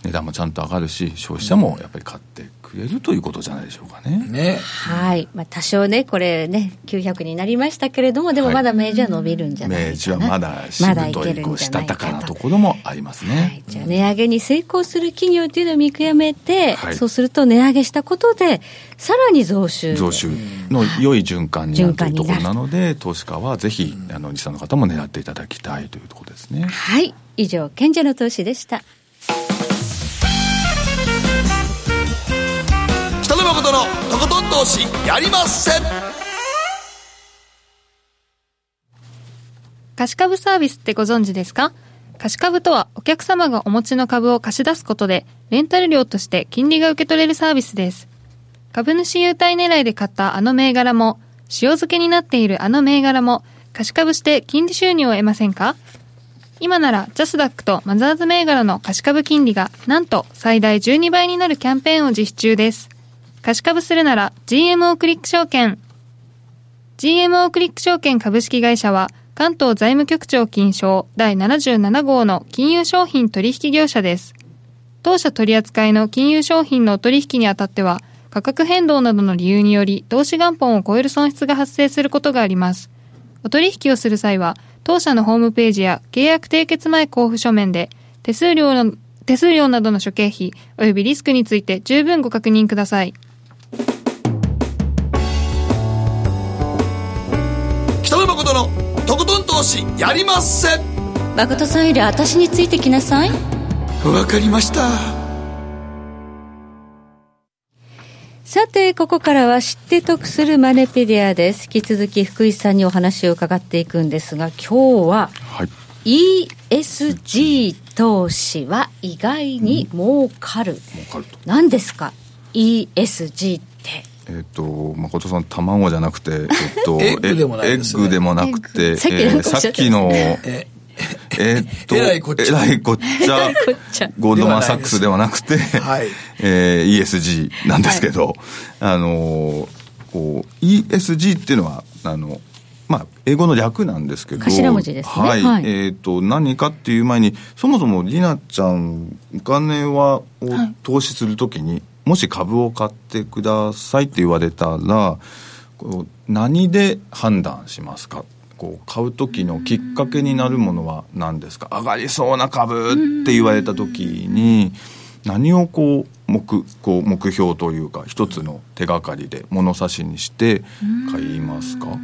D: 値段もちゃんと上がるし、消費者もやっぱり買ってくれるということじゃないでしょうかね。
C: はい、多少ねこれね900になりましたけれども、でもまだ明治は伸びるんじゃないかな。
D: 明治はまだしぶといしたたかなところもありますね。
C: じゃあ値上げに成功する企業というのを見極めて、そうすると値上げしたことでさらに増収
D: の良い循環になるというところなので、投資家はぜひリスナーの方も狙っていただきたいというところですね。
C: はい、以上賢者の投資でした。
B: 北野誠のとことん投資やりまっせ。
A: 貸株サービスってご存知ですか？貸株とはお客様がお持ちの株を貸し出すことでレンタル料として金利が受け取れるサービスです。株主優待狙いで買ったあの銘柄も、塩漬けになっているあの銘柄も貸株して金利収入を得ませんか？今ならジャスダックとマザーズ銘柄の貸株金利がなんと最大12倍になるキャンペーンを実施中です。貸株するなら GMO クリック証券。GMO クリック証券株式会社は関東財務局長金賞第77号の金融商品取引業者です。当社取扱いの金融商品の取引にあたっては価格変動などの理由により投資元本を超える損失が発生することがあります。お取引をする際は当社のホームページや契約締結前交付書面で手数料などの諸経費及びリスクについて十分ご確認ください。
B: 北野誠のとことん投資やりまっせ。
C: 誠さんより私についてきなさい。
B: わかりました。
C: さてここからは知って得するマネペディアです。引き続き福井さんにお話を伺っていくんですが、今日は、ESG 投資は意外に儲かる。何ですか ESG って。
D: 誠さん卵じゃなくて、
B: エッグでもないですね。
D: エッグでもなくて、さっきのえらいこっちゃゴールドマン・サックスではなくて、ESG なんですけど、ESG っていうのは英語の略なんですけど、
C: 頭文字ですね。
D: 何かっていう前に、そもそもりなちゃんお金を投資するときに、もし株を買ってくださいって言われたら、何で判断しますか？買う時のきっかけになるものは何ですか？上がりそうな株って言われた時に何を目標というか一つの手がかりで物差しにして買いますか？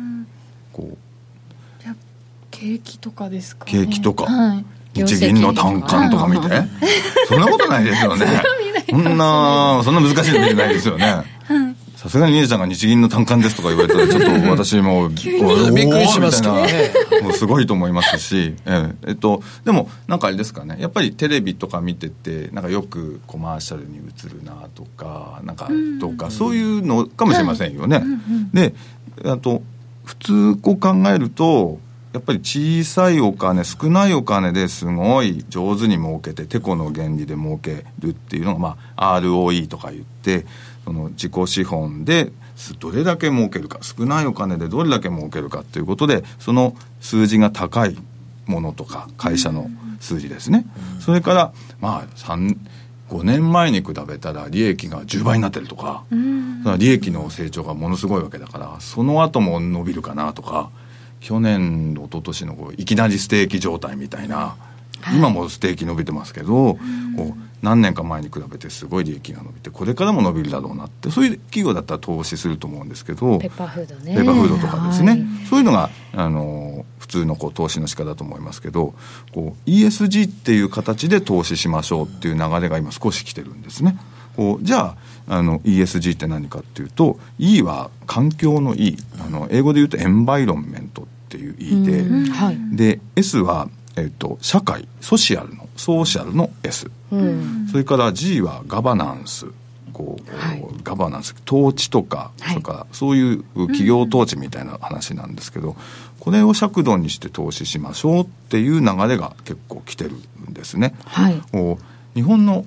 A: 景気とかですかね。
D: 景気とか、日銀の短観とか見てそんなことないですよね。そんな難しいの見てないですよね。さすがに姉ちゃんが日銀の短観ですとか言われたらちょっと私も
B: びっくりしますけどね。
D: もうすごいと思いますし、でもなんかあれですかね、やっぱりテレビとか見ててなんかよくコマーシャルに映るなとかとかそういうのかもしれませんよね。で、あと普通考えるとやっぱり小さいお金少ないお金ですごい上手に儲けて、てこの原理で儲けるっていうのが、ROE とか言って、その自己資本でどれだけ儲けるか、少ないお金でどれだけ儲けるかということで、その数字が高いものとか会社の数字ですね。それから5年前に比べたら利益が10倍になってるとか、利益の成長がものすごいわけだから、その後も伸びるかなとか、去年一昨年のいきなりステーキ状態みたいな、今もステーキ伸びてますけど、何年か前に比べてすごい利益が伸びて、これからも伸びるだろうなって、そういう企業だったら投資すると思うんですけど、
C: ペッパーフードね、
D: ペッパーフードとかですね、そういうのが普通の投資の仕方だと思いますけど、ESG っていう形で投資しましょうっていう流れが今少し来てるんですね。じゃあESG って何かっていうと、 E は環境の E、英語で言うとエンバイロンメントっていう E で、で S は、社会ソーシャルの S、それから G はガバナンス、ガバナンス統治とか、それからそういう企業統治みたいな話なんですけど、これを尺度にして投資しましょうっていう流れが結構来てるんですね。日本の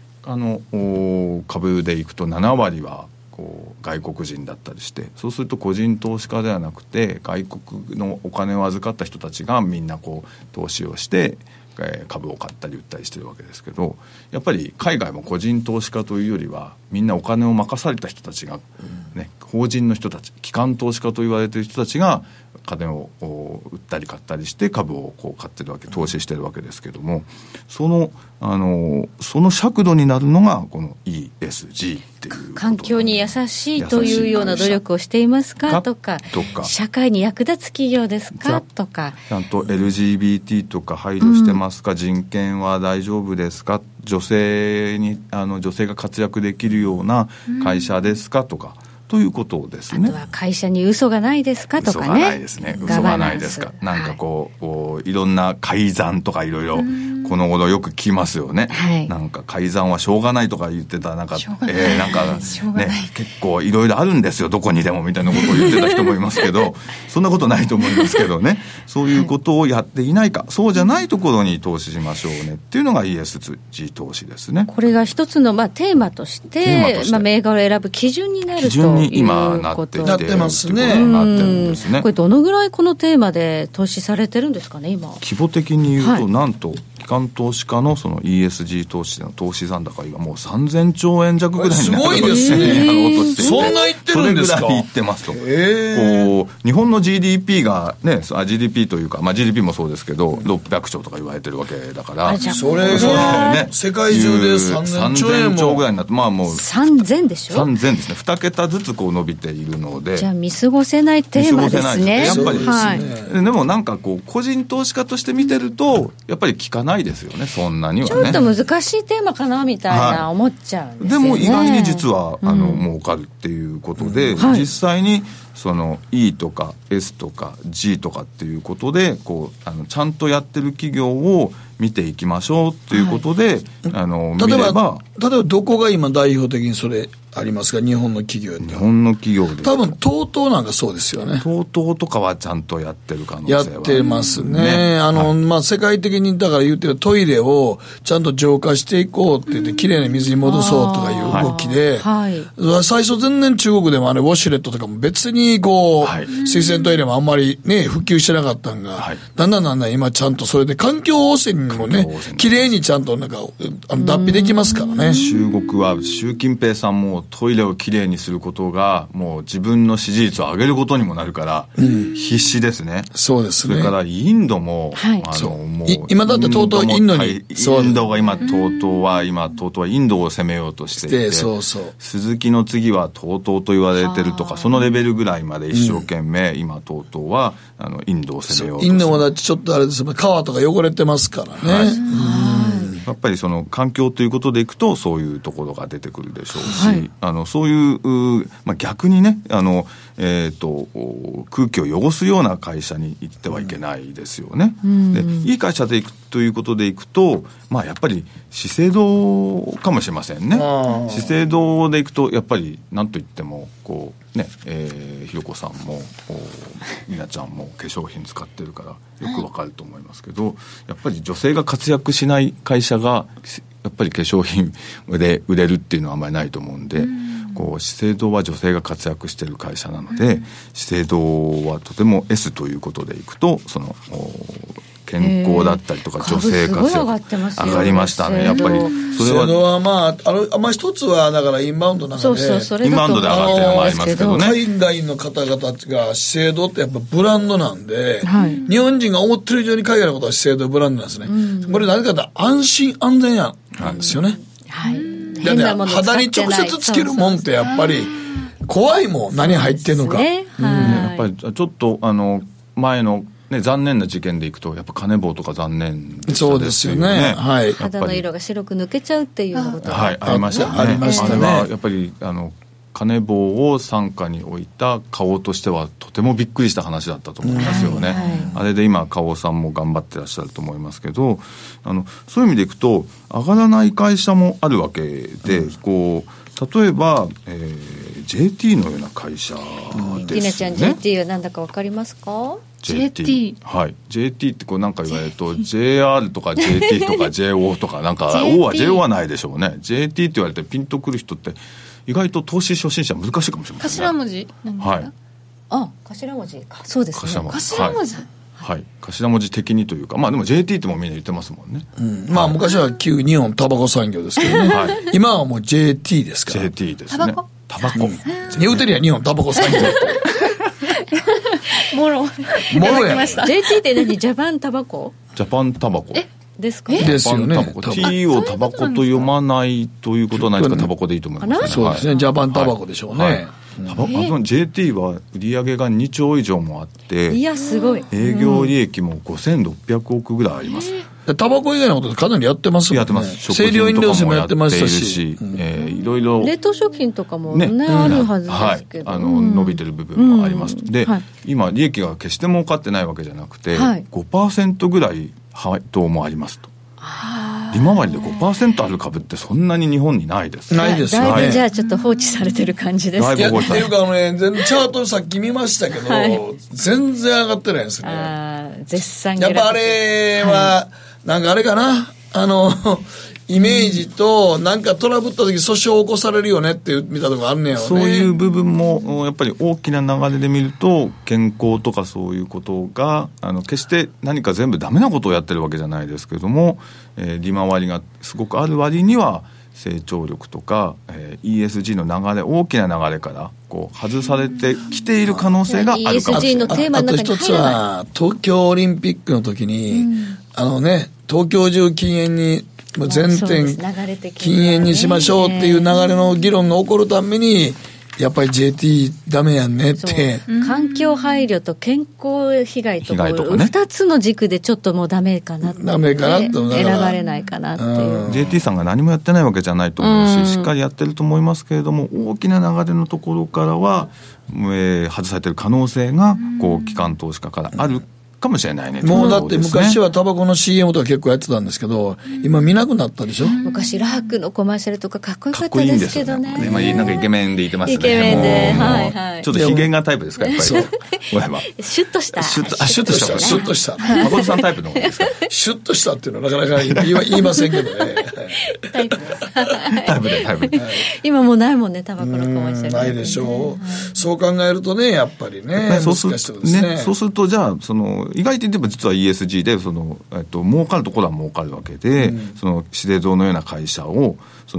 D: 株でいくと7割は外国人だったりして、そうすると個人投資家ではなくて外国のお金を預かった人たちがみんな投資をして株を買ったり売ったりしてるわけですけど、やっぱり海外も個人投資家というよりはみんなお金を任された人たちが、ね、法人の人たち、機関投資家と言われている人たちが金を売ったり買ったりして株をこう買ってるわけ、投資してるわけですけども、その尺度になるのがこの ESG っていう
C: 環境に優しいというような努力をしていますかとか社会に役立つ企業ですかとか、
D: ちゃんと LGBT とか配慮してますか、人権は大丈夫ですか、女性が活躍できるような会社ですかとか、ということですね。
C: あとは会社に嘘がないですかとかね。
D: 嘘がないですね。嘘がないですか。なんかいろんな改ざんとかいろいろこの頃よく聞きますよね。はい、なんか改ざんはしょうがないとか言ってた、なんかね、結構いろいろあるんですよ、どこにでもみたいなことを言ってた人もいますけど、そんなことないと思いますけどね。そういうことをやっていないか、そうじゃないところに投資しましょうねっていうのが ESG 投資ですね。
C: これが一つのテーマとして、銘柄を選ぶ基準になると。
D: 今なってきて
B: なってますね。
C: これどのぐらいこのテーマで投資されてるんですかね今。
D: 規模的に言うと、なんと機関投資家のその ESG 投資の投資残高がもう3000兆円弱ぐらいになる。
B: すごいですね。そんな言ってるんですか。
D: それぐらい言ってますと。日本の GDP がね、GDP というか、GDP もそうですけど600兆とか言われてるわけだから、
B: それが、ね、世界中で3000兆円
D: 兆ぐらいになって、もう
C: 3000でしょ。
D: 3000ですね。2桁ずつこう伸びているので、
C: じゃあ見過ごせないテーマですね。
D: やっぱりでもなんか個人投資家として見てるとやっぱり効かないですよね、そんなにはね。
C: ちょっと難しいテーマかなみたいな思っちゃうんですよね。
D: でも意外に実は儲かるっていうことで、実際にその E とか S とか G とかっていうことでちゃんとやってる企業を見ていきましょうっていうことで、
B: 例えばどこが今代表的にそれありますか、日本の企業
D: 日本の企業で
B: 多分 TOTO なんかそうですよね。
D: TOTO とかはちゃんとやってる可能性は
B: やってますね。世界的にだから言ってるトイレをちゃんと浄化していこうって言ってきれいな水に戻そうとかいう動きで、最初全然中国でもウォシュレットとかも別に水洗トイレもあんまりね普及してなかったんが、だんだん今ちゃんとそれで環境汚染にもねきれいにちゃんとなんか脱皮できますからね。
D: 中国は習近平さんもトイレをきれいにすることがもう自分の支持率を上げることにもなるから、必死ですね。
B: そうですね。
D: それからインドも、
B: もう今だってとうとうインドに
D: インドが今とうとうはインドを攻めようとしていて、鈴木の次はとうとうと言われてるとか、そのレベルぐらいまで一生懸命、今とうとうはインドを攻めようとして、
B: インドもだってちょっとあれですよ、川とか汚れてますからね。
D: やっぱりその環境ということでいくとそういうところが出てくるでしょうし、そういう、逆にね空気を汚すような会社に行ってはいけないですよね。でいい会社で行くということでいくと、やっぱり資生堂かもしれませんね。資生堂で行くとやっぱり何と言ってもひろこさんもみなちゃんも化粧品使ってるからよくわかると思いますけど、やっぱり女性が活躍しない会社がやっぱり化粧品で売れるっていうのはあんまりないと思うんで、資生堂は女性が活躍してる会社なので、資生堂はとても S ということでいくとその健康だったりとか女性活躍上がりましたね。やっぱりそれ
B: は一つはだからインバウンドなんで、
D: インバウンドで上がってるのもありますけどね。
B: 海外の方々が資生堂ってやっぱブランドなんで、日本人が思ってる以上に海外のことは資生堂ブランドなんですね。これ何かと安心安全なんですよね。肌に直接つけるもんってやっぱり怖いもん、何入ってんのか。や
D: っぱりちょっと前の残念な事件でいくとやっぱ金棒とか残念でした。
B: そうですよね。
C: 肌の色が白く抜けちゃうっていうことが
D: ありましたね。
B: ありましたね。
D: やっぱり金棒を傘下に置いた花王としてはとてもびっくりした話だったと思いますよね。あれで今花王さんも頑張ってらっしゃると思いますけど、そういう意味でいくと上がらない会社もあるわけで、例えば、JT のような会社ですね。
C: りなちゃん JT は何だか分かりますか
A: ？JT。
D: JT ってなんか言われると JR とか JT とか JO とかなんか JO はないでしょうね。JT って言われてピンとくる人って意外と投資初心者難しいかもしれませんね。
A: 頭文字なんですか？
C: 頭文字か、そうですね。
A: 頭文字。
D: はい、頭文字的にというか、まあでも JT ってもみんな言ってますもんね、
B: まあ昔は旧日本タバコ産業ですけどね、はい、今はもう JT ですから。
D: JT ですね。タバコ
B: 言うてるやん、日本タバコ産業
C: もろ
B: や
C: JT って何？ジャパンタバコ？
D: ジャパンタバコ
C: ですか？
B: ですよね。
D: T をタバコと読まないということはないですか？タバコでいいと思いますね。
B: そうですね、ジャパンタバコでしょうね、はい、
D: JT は売り上げが2兆以上もあって、
C: いやすごい、
D: 営業利益も5600億ぐらいあります、
B: タバコ以外のことかなりやってますもんね。
D: やってます。
B: 清涼飲料水もやってましたし、
D: いろいろ
C: 冷凍食品とかも ね、あるはずですけど、
D: はい、伸びてる部分もあります、で、はい、今利益が決して儲かってないわけじゃなくて、はい、5% ぐらい配当もありますと。利回りで 5% ある株ってそんなに日本にないです。
B: ないですよね。
C: だいぶじゃあちょっと放置されてる感じですけど。
B: いやっていうか全然チャートさっき見ましたけど、はい、全然上がってないですね。
C: 絶賛
B: やっぱあれは、なんかあれかな、イメージとなんかトラブった時訴訟を起こされるよねって見たとこあるねやろね。
D: そういう部分もやっぱり大きな流れで見ると、健康とかそういうことが決して何か全部ダメなことをやってるわけじゃないですけれども、利回りがすごくある割には成長力とか、ESG の流れ、大きな流れからこう外されてきている可能性があるかもしれない。
C: ESG のテーマの中に入らない。
B: あと一つは東京オリンピックの時に、東京中禁煙に全店禁煙にしましょうっていう流れの議論が起こるために、やっぱり JT ダメやんねって。
C: 環境配慮と健康被害とか2つの軸でちょっともうダメかなって、選ばれないかなっていう、
D: JT さんが何もやってないわけじゃないと思うし、しっかりやってると思いますけれども、大きな流れのところからは、外されてる可能性が機関投資家からあるかもしれないね。
B: もうだって昔はタバコの CM とか結構やってたんですけど、今見なくなったでしょ。
C: 昔ラークのコマーシャルとかかっこよかったですけどね。
D: まあ、なんかイケメンでいてますね。
C: イケメンで、はいはい。
D: ちょっとヒゲがタイプですか、やっぱり。
C: シュッとした。
B: シュッとした。
D: 誠さんタイプの方ですか。
B: シュッとしたっていうのはなかなか言いませんけどね。
C: タイプです。
D: タイプで。
C: 今もうないもんね、タバコのコマーシャル。
B: ないでしょう。そう考えるとね、やっぱりね、難しいとですね。
D: そうすると、じゃあ、意外と言っても実は ESG で儲かるところは儲かるわけで、資生堂のような会社を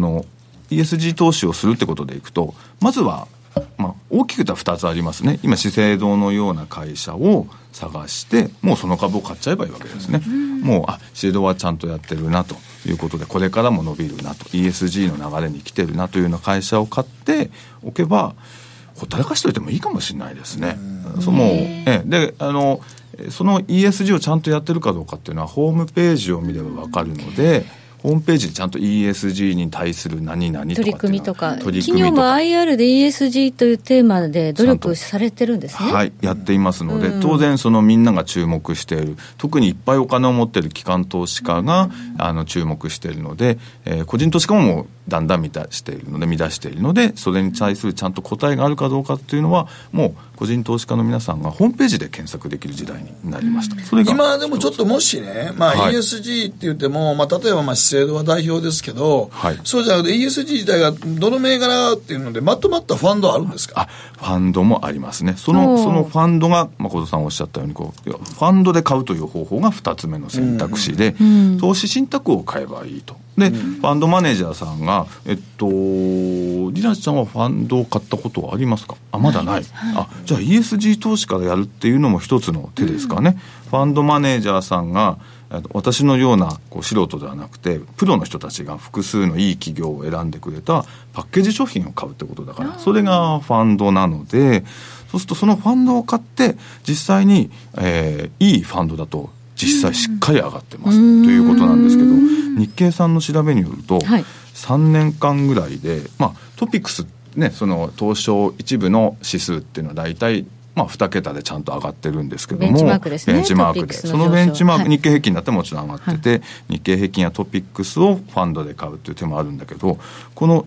D: ESG 投資をするってことでいくと、まずは、大きく言ったら2つありますね。今資生堂のような会社を探して、もうその株を買っちゃえばいいわけですね。もう資生堂はちゃんとやってるなということで、これからも伸びるなと、 ESG の流れに来てるなというような会社を買っておけば、ほったらかしといてもいいかもしれないですね。でその ESG をちゃんとやってるかどうかっていうのはホームページを見れば分かるので、ホームページでちゃんと ESG に対する何々とか
C: 取り組みとか、企業も IR で ESG というテーマで努力されてるんですね。
D: はい、やっていますので、当然みんなが注目している、特にいっぱいお金を持っている機関投資家が注目しているので、個人投資家もだんだん満たしているので、それに対するちゃんと答えがあるかどうかっていうのは、もう個人投資家の皆さんがホームページで検索できる時代になりました。それが
B: 今でもちょっともしね、ESG って言っても、例えば資生堂は代表ですけど、そうじゃなくて ESG 自体がどの銘柄っていうのでまとまったファンドあるんですか？
D: ファンドもありますね。そのファンドが誠さんおっしゃったようにファンドで買うという方法が2つ目の選択肢で、投資信託を買えばいいと。で、ファンドマネージャーさんがリナちゃんはファンドを買ったことはありますか？まだない。じゃあ ESG 投資からやるっていうのも一つの手ですかね。ファンドマネージャーさんが私のような素人ではなくてプロの人たちが複数のいい企業を選んでくれたパッケージ商品を買うってことだから、それがファンドなので、そうするとそのファンドを買って実際に、いいファンドだと実際しっかり上がってますということなんですけど、日経さんの調べによると、3年間ぐらいで、トピックスね、その東証一部の指数っていうのは大体2桁でちゃんと上がってるんですけども、
C: ベンチマークですね。
D: ベンチマークで、そのベンチマーク、日経平均だってもちろん上がってて、日経平均やトピックスをファンドで買うっていう手もあるんだけど、この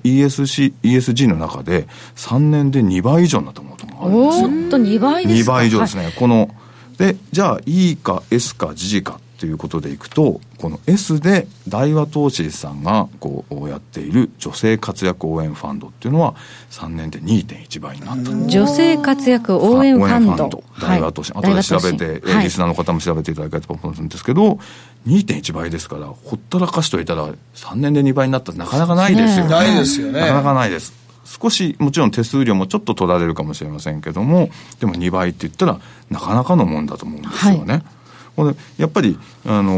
D: ESG の中で3年で2倍以上になったものがあるんですよ。
C: 2倍ですか？
D: 2倍以上ですね。でじゃあ E か S か G かっということでいくと、この S で大和投資さんがこうやっている女性活躍応援ファンドっていうのは3年で 2.1 倍になった。
C: 女性活躍応援ファンド、
D: 大和投資、後で調べて、リスナーの方も調べていただければと思うんですけど、2.1 倍ですから、ほったらかしといたら3年で2倍になったらなかなかないですよね。
B: ないですよね。
D: なかなかないです。少しもちろん手数料もちょっと取られるかもしれませんけども、でも2倍って言ったらなかなかのもんだと思うんですよね。これやっぱり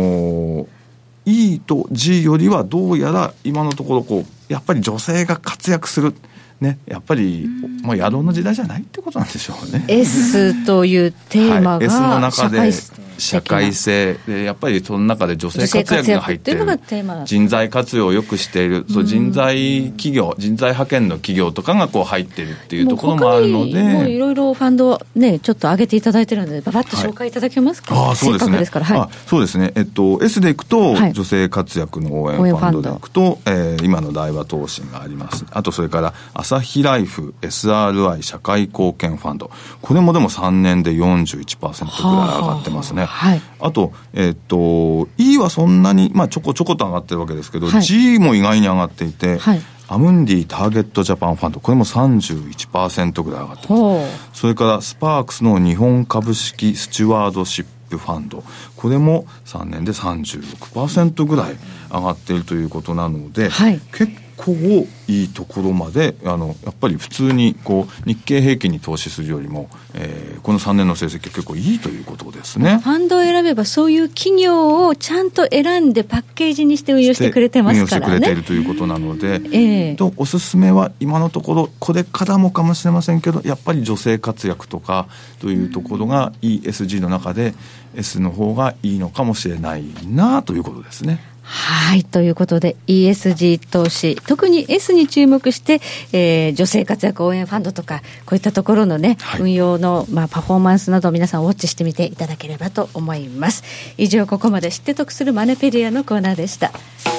D: E と G よりはどうやら今のところこうやっぱり女性が活躍するね、やっぱりもう野郎の時代じゃないってことなんでしょうね。
C: S というテーマが、
D: S の中で社会性で、やっぱりその中で女性活躍が入っている、人材活用をよくしている、そう人材企業、人材派遣の企業とかがこう入っているっていうところもあるので、
C: もういろいろファンドねちょっと上げていただいているのでババッと紹介いただけますか。
D: そうですね。せっかくですから、そうですね。S でいくと、女性活躍の応援ファンドでいくと、今の大和投信があります。あとそれから朝日ライフ SRI 社会貢献ファンド、これもでも3年で 41% ぐらい上がってますね。あと、E はそんなに、ちょこちょこと上がってるわけですけど、G も意外に上がっていて、アムンディターゲットジャパンファンド、これも 31% ぐらい上がってます。それからスパークスの日本株式スチュワードシップファンド、これも3年で 36% ぐらい上がっているということなので、結構いいところまでやっぱり普通にこう日経平均に投資するよりも、この3年の成績は結構いいということですね。
C: ファンドを選べばそういう企業をちゃんと選んでパッケージにして運用してくれてますからね。
D: 運用してくれているということなので、おすすめは今のところこれからもかもしれませんけど、やっぱり女性活躍とかというところが ESG の中で S の方がいいのかもしれないなということですね。
C: はい、ということで ESG 投資、特に S に注目して、女性活躍応援ファンドとかこういったところのね、運用の、パフォーマンスなど皆さんウォッチしてみていただければと思います。以上、ここまで知って得するマネペディアのコーナーでした。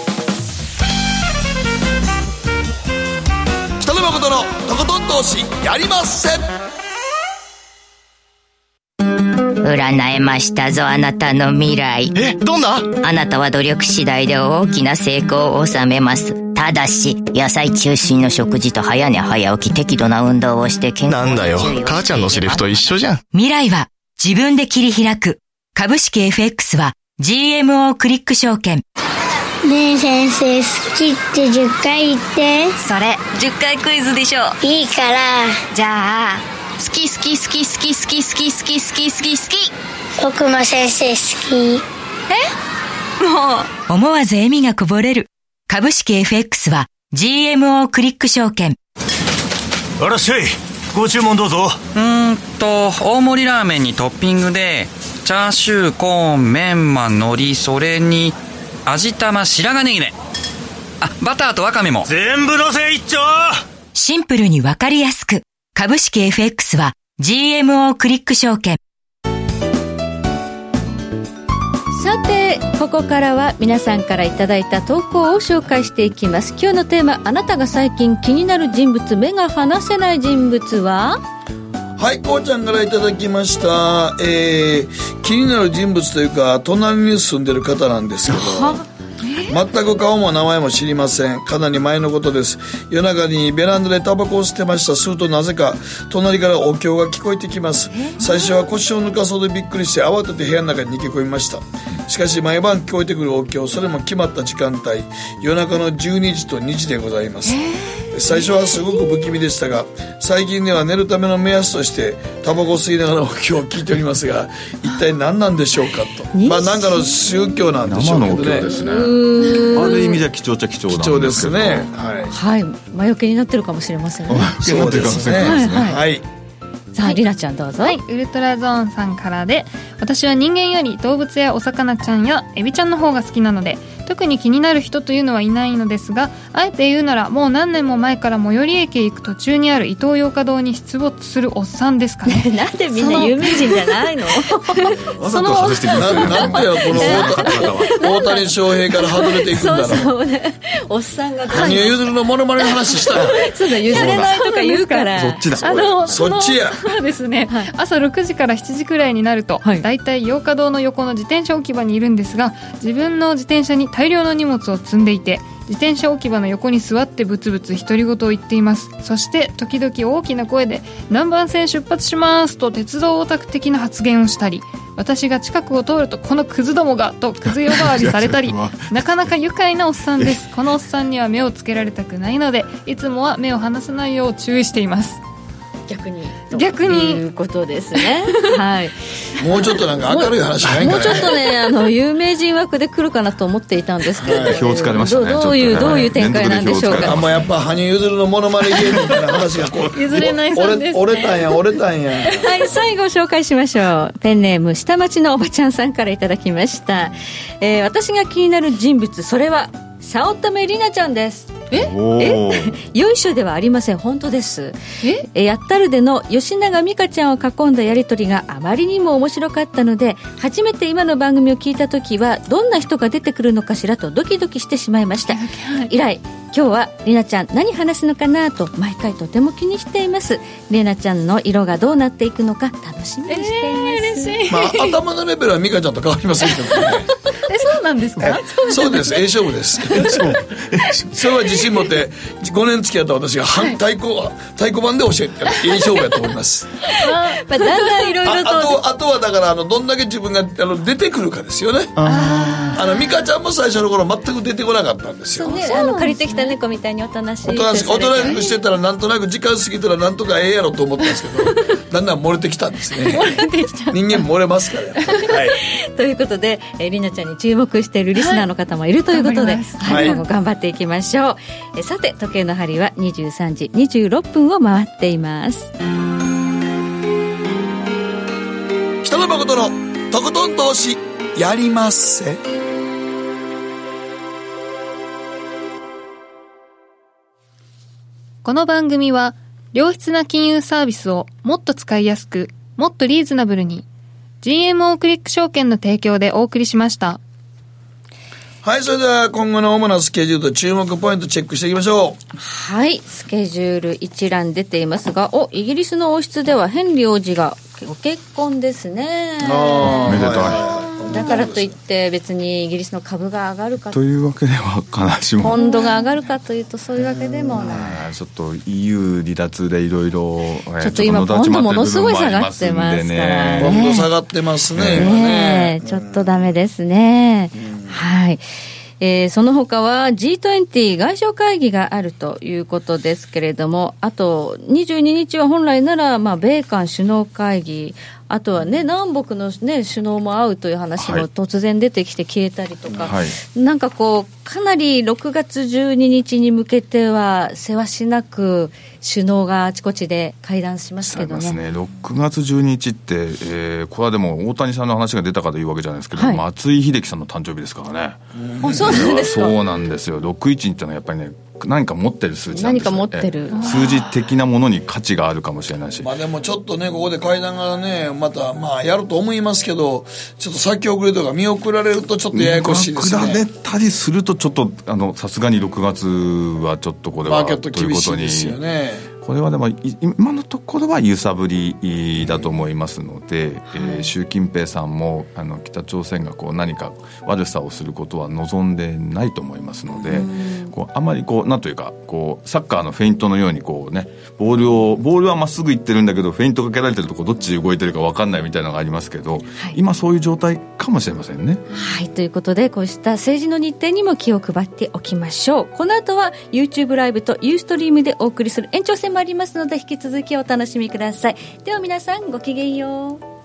B: 北野誠のとことん投資やりません。
G: 占えましたぞ、あなたの未来。
E: どんな？
G: あなたは努力次第で大きな成功を収めます。ただし野菜中心の食事と早寝早起き、適度な運動をして健康に注意をしていれば。
E: なんだよ、母ちゃんのセリフと一緒じゃん。
G: 未来は自分で切り開く。株式 FX は GMO クリック証券。
H: ねえ先生、好きって10回言って。
G: それ10回クイズでしょ。
H: いいから。
G: じゃあ好き好き好き好き好き好き好き好き好き好き。
H: 僕も先生好き。
G: もう思わず笑みがこぼれる。株式 FX は GMO クリック証券。
E: あらっしゃい、ご注文どうぞ。
F: 大盛りラーメンにトッピングでチャーシュー、コーン、メンマ、海苔、それに味玉、白髪ネギね。バターとワカメも
E: 全部のせ一丁。
G: シンプルにわかりやすく。株式 FX は GMO クリック証券。
C: さて、ここからは皆さんからいただいた投稿を紹介していきます。今日のテーマ、あなたが最近気になる人物、目が離せない人物は？
B: はい、こうちゃんからいただきました。気になる人物というか隣に住んでる方なんですけど、全く顔も名前も知りません。かなり前のことです。夜中にベランダでタバコを吸ってました。するとなぜか隣からお経が聞こえてきます。最初は腰を抜かそうでびっくりして慌てて部屋の中に逃げ込みました。しかし毎晩聞こえてくるお経、それも決まった時間帯、夜中の12時と2時でございます。最初はすごく不気味でしたが、最近では寝るための目安としてタバコを吸いながらお経を聞いておりますが、一体何なんでしょうかと。なんかの宗教なんでしょうけどね。
D: 生のお経ですね。ある意味じゃ貴重っちゃ貴重なんですけど。貴重ですね。
C: はい。魔除けになってるかもしれませんね。
B: そうですね。はい。
C: さあ、りなちゃんどうぞ。
A: はい、ウルトラゾーンさんからで、私は人間より動物やお魚ちゃんやエビちゃんの方が好きなので、 特に気になる人というのはいないのですが、あえて言うならもう何年も前から最寄り駅へ行く途中にあるイトーヨーカドーに出没するおっさんですかね。
C: なんでみんな有名人じゃないの
D: わざと外してきますよね。
B: なんでよこの大谷翔平から外れていくんだろう。
C: そうね、おっさんが
B: 羽生結弦のモノマネの話したよ。
C: そうだ、譲れないとか言うから
D: そっちだ。
B: そっちや。
A: そうですね、はい、朝6時から7時くらいになると、はい、だいたいヨーカドーの横の自転車置き場にいるんですが、自分の自転車に大量の荷物を積んでいて、自転車置き場の横に座ってブツブツ独り言を言っています。そして時々大きな声で何番線出発しますと鉄道オタク的な発言をしたり、私が近くを通るとこのクズどもがとクズ呼ばわりされたりなかなか愉快なおっさんです。このおっさんには目をつけられたくないので、いつもは目を離さないよう注意しています。
C: 逆に
A: と
C: いうことですね。はい。
B: もうちょっとなんか明るい話ないんかね。
C: もうちょっとね、有名人枠で来るかなと思っていたんですけど、
D: 票つかれましたね。
C: どういう展開なんでしょうか。
B: やっぱ羽生結弦のモノマネ芸人みたいな話がこう
A: 譲れないさんです、ね、
B: 折れたんや。はい 、
C: 最後紹介しましょう。ペンネーム下町のおばちゃんさんからいただきました。私が気になる人物、それは早乙女里奈ちゃんです。よいしょではありません、本当です。やったるでの吉永美香ちゃんを囲んだやり取りがあまりにも面白かったので、初めて今の番組を聞いた時はどんな人が出てくるのかしらとドキドキしてしまいました。以来今日は里奈ちゃん何話すのかなと毎回とても気にしています。里奈ちゃんの色がどうなっていくのか楽しみにしています。
A: 嬉しい。
B: 頭のレベルは美香ちゃんと変わりませんけどね。
A: そうなんですか。
B: そうです、勝負です。それは自信持って5年付き合った私が太鼓判で教えて勝負やと思います。
C: だんだんいろいろと
B: あとはだからどんだけ自分が出てくるかですよね。美香ちゃんも最初の頃全く出てこなかったんですよ。
C: そうね、借りてきた猫みたいにおとなしい、
B: おとなしくしてたらなんとなく時間過ぎたらなんとかええやろと思ったんですけどだんだん漏れてきたんですね。人間漏れますから、はい、
C: ということで里奈ちゃんに注目しているリスナーの方もいるということで、今後頑張っていきましょう。さて時計の針は23時26分を回っています。
B: 北野誠のとことん投資やりまっせ。
A: この番組は良質な金融サービスをもっと使いやすく、もっとリーズナブルに GMO クリック証券の提供でお送りしました。
B: はい、それでは今後の主なスケジュールと注目ポイントチェックしていきましょう。
C: はい、スケジュール一覧出ていますが、イギリスの王室ではヘンリー王子がご結婚ですね。
D: めでたい。
C: だからといって別にイギリスの株が上がるか
D: というわけでは必ずしも、
C: ポンドが上がるかというとそういうわけでもない。
D: ちょっと EU 離脱でいろいろ
C: ちょっと今ポンドものすごい下がってますからね。
B: ポンド下がってますね、
C: ちょっとダメですね、はい。その他は G20 外相会議があるということですけれども、あと22日は本来なら米韓首脳会議、あとはね南北の、ね、首脳も会うという話も突然出てきて消えたりとか、はい、なんかこうかなり6月12日に向けてはせわしなく首脳があちこちで会談しますけどね。
D: そうですね、6月12日って、これはでも大谷さんの話が出たかというわけじゃないですけど、はい、松井秀喜さんの誕生日ですからね。
C: そうなんですか。
D: そうなんですよ。612ってのはやっぱりね何か持ってる数字なんですよ。
C: 何か持ってる
D: 数字的なものに価値があるかもしれないし、
B: でもちょっとねここで会談がねまたやると思いますけど、ちょっと先送りとか見送られるとちょっとややこしいですね。
D: 見送られたりするとちょっとさすがに6月はちょっとこれは
B: マーケット厳しいですよね。
D: これはでも今のところは揺さぶりだと思いますので、習近平さんも北朝鮮がこう何か悪さをすることは望んでないと思いますので、あまりなんというかサッカーのフェイントのようにボールはまっすぐいってるんだけどフェイントかけられてるとこどっちで動いてるか分かんないみたいなのがありますけど、今そういう状態かもしれませんね。
C: はい、ということでこうした政治の日程にも気を配っておきましょう。この後は YouTube ライブと Ustream でお送りする延長戦もありますので引き続きお楽しみください。では皆さんごきげんよう。